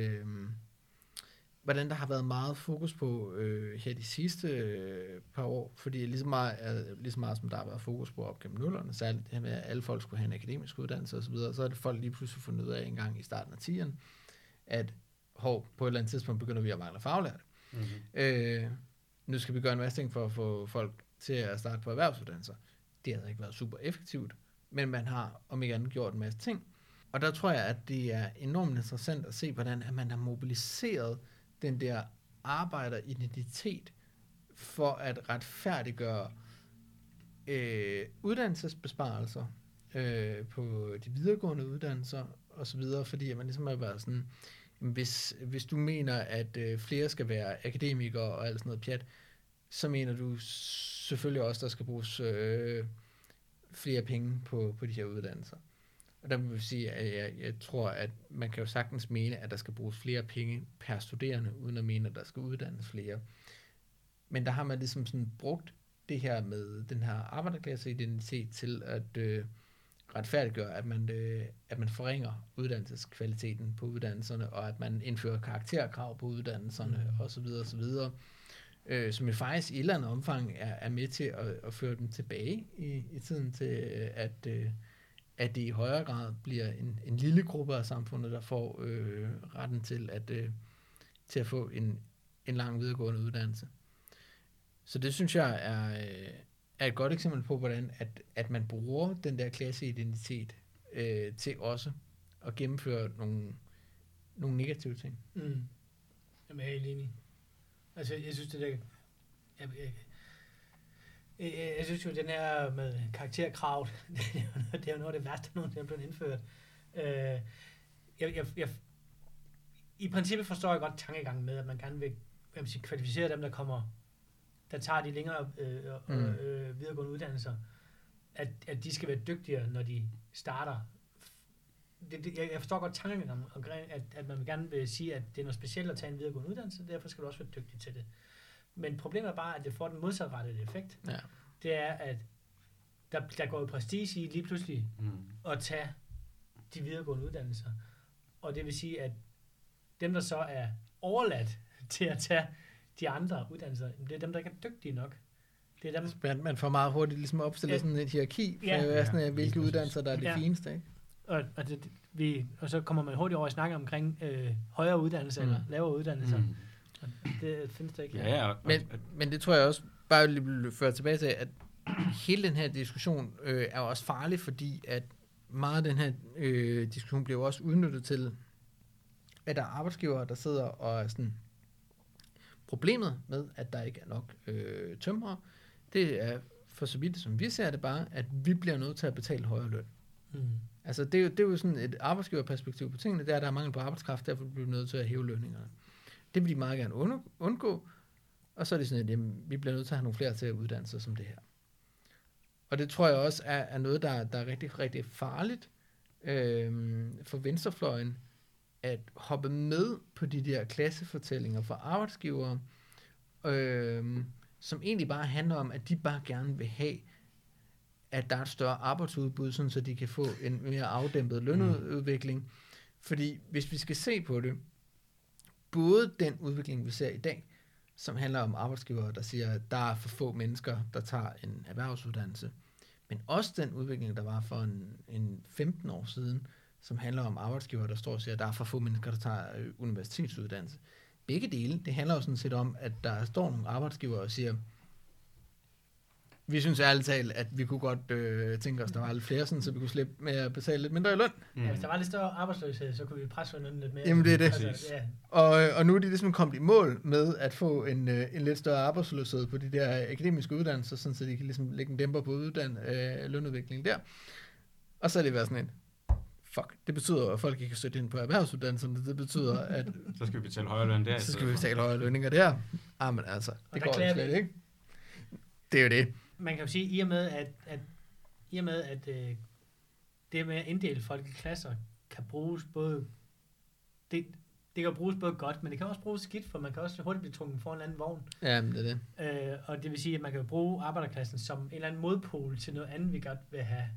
der har været meget fokus på her de sidste par år, fordi lige så meget som der har været fokus på op gennem nullerne, særligt det her med, at alle folk skulle have en akademisk uddannelse osv., så er det folk lige pludselig fundet ud af en gang i starten af 10'erne, at på et eller andet tidspunkt begynder vi at mangle faglærte. Nu skal vi gøre en masse ting for at få folk til at starte på erhvervsuddannelser. Det har ikke været super effektivt, men man har om ikke andet gjort en masse ting. Og der tror jeg, at det er enormt interessant at se, hvordan at man har mobiliseret den der arbejderidentitet for at retfærdiggøre uddannelsesbesparelser på de videregående uddannelser og så videre, fordi man ligesom har været sådan, hvis du mener, at flere skal være akademikere og alt sådan noget pjat, så mener du selvfølgelig også, der skal bruges flere penge på de her uddannelser. Og der vil jeg sige, at jeg tror, at man kan jo sagtens mene, at der skal bruges flere penge per studerende, uden at mene, at der skal uddannes flere. Men der har man ligesom sådan brugt det her med den her arbejderklasseidentitet til at retfærdiggøre, at man forringer uddannelseskvaliteten på uddannelserne, og at man indfører karakterkrav på uddannelserne, osv. Som jo faktisk i et eller andet omfang er med til at føre dem tilbage i tiden til, at det i højere grad bliver en lille gruppe af samfundet, der får retten til at få en lang videregående uddannelse. Så det synes jeg er et godt eksempel på, hvordan at man bruger den der klasseidentitet til også at gennemføre nogle negative ting. Jamen, jeg er helt enig. Altså, jeg synes, det der... Jeg synes jo, den her med karakterkravet, det er jo noget af det værste, der er blevet indført. I princippet forstår jeg godt tankegangen med, at man gerne vil kvalificere dem, der tager de længere videregående uddannelser, at de skal være dygtigere, når de starter. Jeg forstår godt tankegangen omkring, at man gerne vil sige, at det er noget specielt at tage en videregående uddannelse, derfor skal du også være dygtig til det. Men problemet er bare, at det får den modsatrettede effekt. Ja. Det er, at der går jo prestige i lige pludselig at tage de videregående uddannelser. Og det vil sige, at dem, der så er overladt til at tage de andre uddannelser, det er dem, der ikke er dygtige nok. Det er dem. Man får meget hurtigt ligesom opstillet sådan et hierarki, for hvilke uddannelser, der er det fineste, ikke? Og så kommer man hurtigt over at snakke omkring højere uddannelser eller lavere uddannelser. Det findes der ikke. Men det tror jeg også, bare lige føre tilbage til, at hele den her diskussion er også farlig, fordi at meget af den her diskussion bliver også udnyttet til, at der er arbejdsgivere, der sidder og er sådan, problemet med, at der ikke er nok tømrere, det er for så vidt, som vi ser det bare, at vi bliver nødt til at betale højere løn. Altså det er jo sådan et arbejdsgiverperspektiv på tingene, der er mangel på arbejdskraft, derfor bliver vi nødt til at hæve lønningerne. Det vil de meget gerne undgå, og så er det sådan, at jamen, vi bliver nødt til at have nogle flere til at uddanne sig som det her. Og det tror jeg også er noget, der er rigtig, rigtig farligt for venstrefløjen, at hoppe med på de der klassefortællinger fra arbejdsgivere, som egentlig bare handler om, at de bare gerne vil have, at der er et større arbejdsudbud, sådan så de kan få en mere afdæmpet lønudvikling. Fordi hvis vi skal se på det, både den udvikling, vi ser i dag, som handler om arbejdsgivere, der siger, at der er for få mennesker, der tager en erhvervsuddannelse, men også den udvikling, der var for en 15 år siden, som handler om arbejdsgivere, der står og siger, at der er for få mennesker, der tager universitetsuddannelse. Begge dele, det handler jo sådan set om, at der står nogle arbejdsgivere og siger, vi synes ærligt talt, at vi kunne godt tænke os, der var lidt flere, sådan, så vi kunne slippe med at betale lidt mindre i løn. Ja, hvis der var lidt større arbejdsløshed, så kunne vi presse lønnen lidt mere. Jamen det er det. Altså, og nu er de ligesom kommet i mål med at få en lidt større arbejdsløshed på de der akademiske uddannelser, sådan, så de kan ligesom lægge en dæmper på lønudviklingen der. Og så er det været sådan en, det betyder, at folk ikke kan støtte ind på erhvervsuddannelserne. Det betyder, at så skal vi betale højere løn der. Så skal vi betale højere lønninger der. Men altså, det går jo slet ikke. Det er jo det. Man kan jo sige, i og med, at det med at inddele folk i klasser, kan bruges både... Det kan bruges både godt, men det kan også bruges skidt, for man kan også hurtigt blive trukket foran en anden vogn. Ja, men det er det. Og det vil sige, at man kan bruge arbejderklassen som en eller anden modpol til noget andet, vi godt vil have.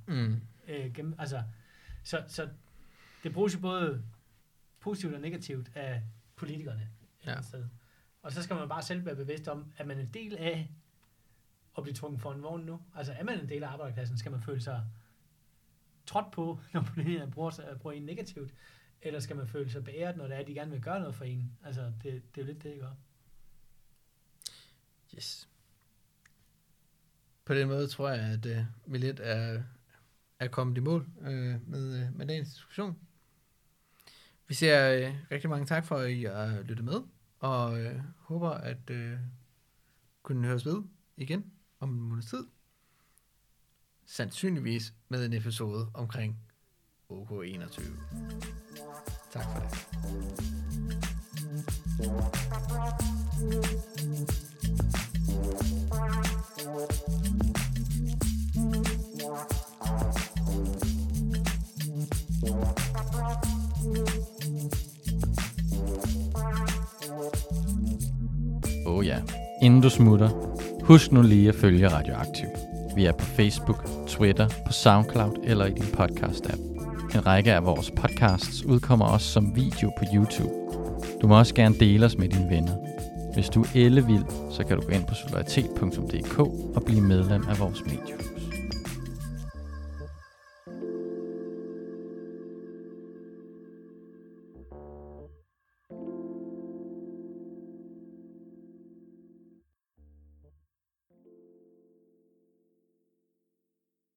Så det bruges jo både positivt og negativt af politikerne. Ja. Og så skal man bare selv være bevidst om, at man er en del af at blive trukket for en vogn nu. Altså er man en del af arbejderklassen, skal man føle sig trådt på, når politikerne bruger en negativt, eller skal man føle sig beæret, når det er, de gerne vil gøre noget for en. Altså det er jo lidt det, jeg gør. Yes. På den måde tror jeg, at vi lidt er kommet i mål med dagens diskussion. Vi siger rigtig mange tak for, at I har lyttet med, og håber, at kunne høres ved igen om en måneds tid. Sandsynligvis med en episode omkring OK21. Tak for det. Ja. Inden du smutter, husk nu lige at følge Radioaktiv. Vi er på Facebook, Twitter, på SoundCloud eller i din podcast-app. En række af vores podcasts udkommer også som video på YouTube. Du må også gerne dele os med dine venner. Hvis du er ellevild, så kan du gå ind på solidaritet.dk og blive medlem af vores mediehus.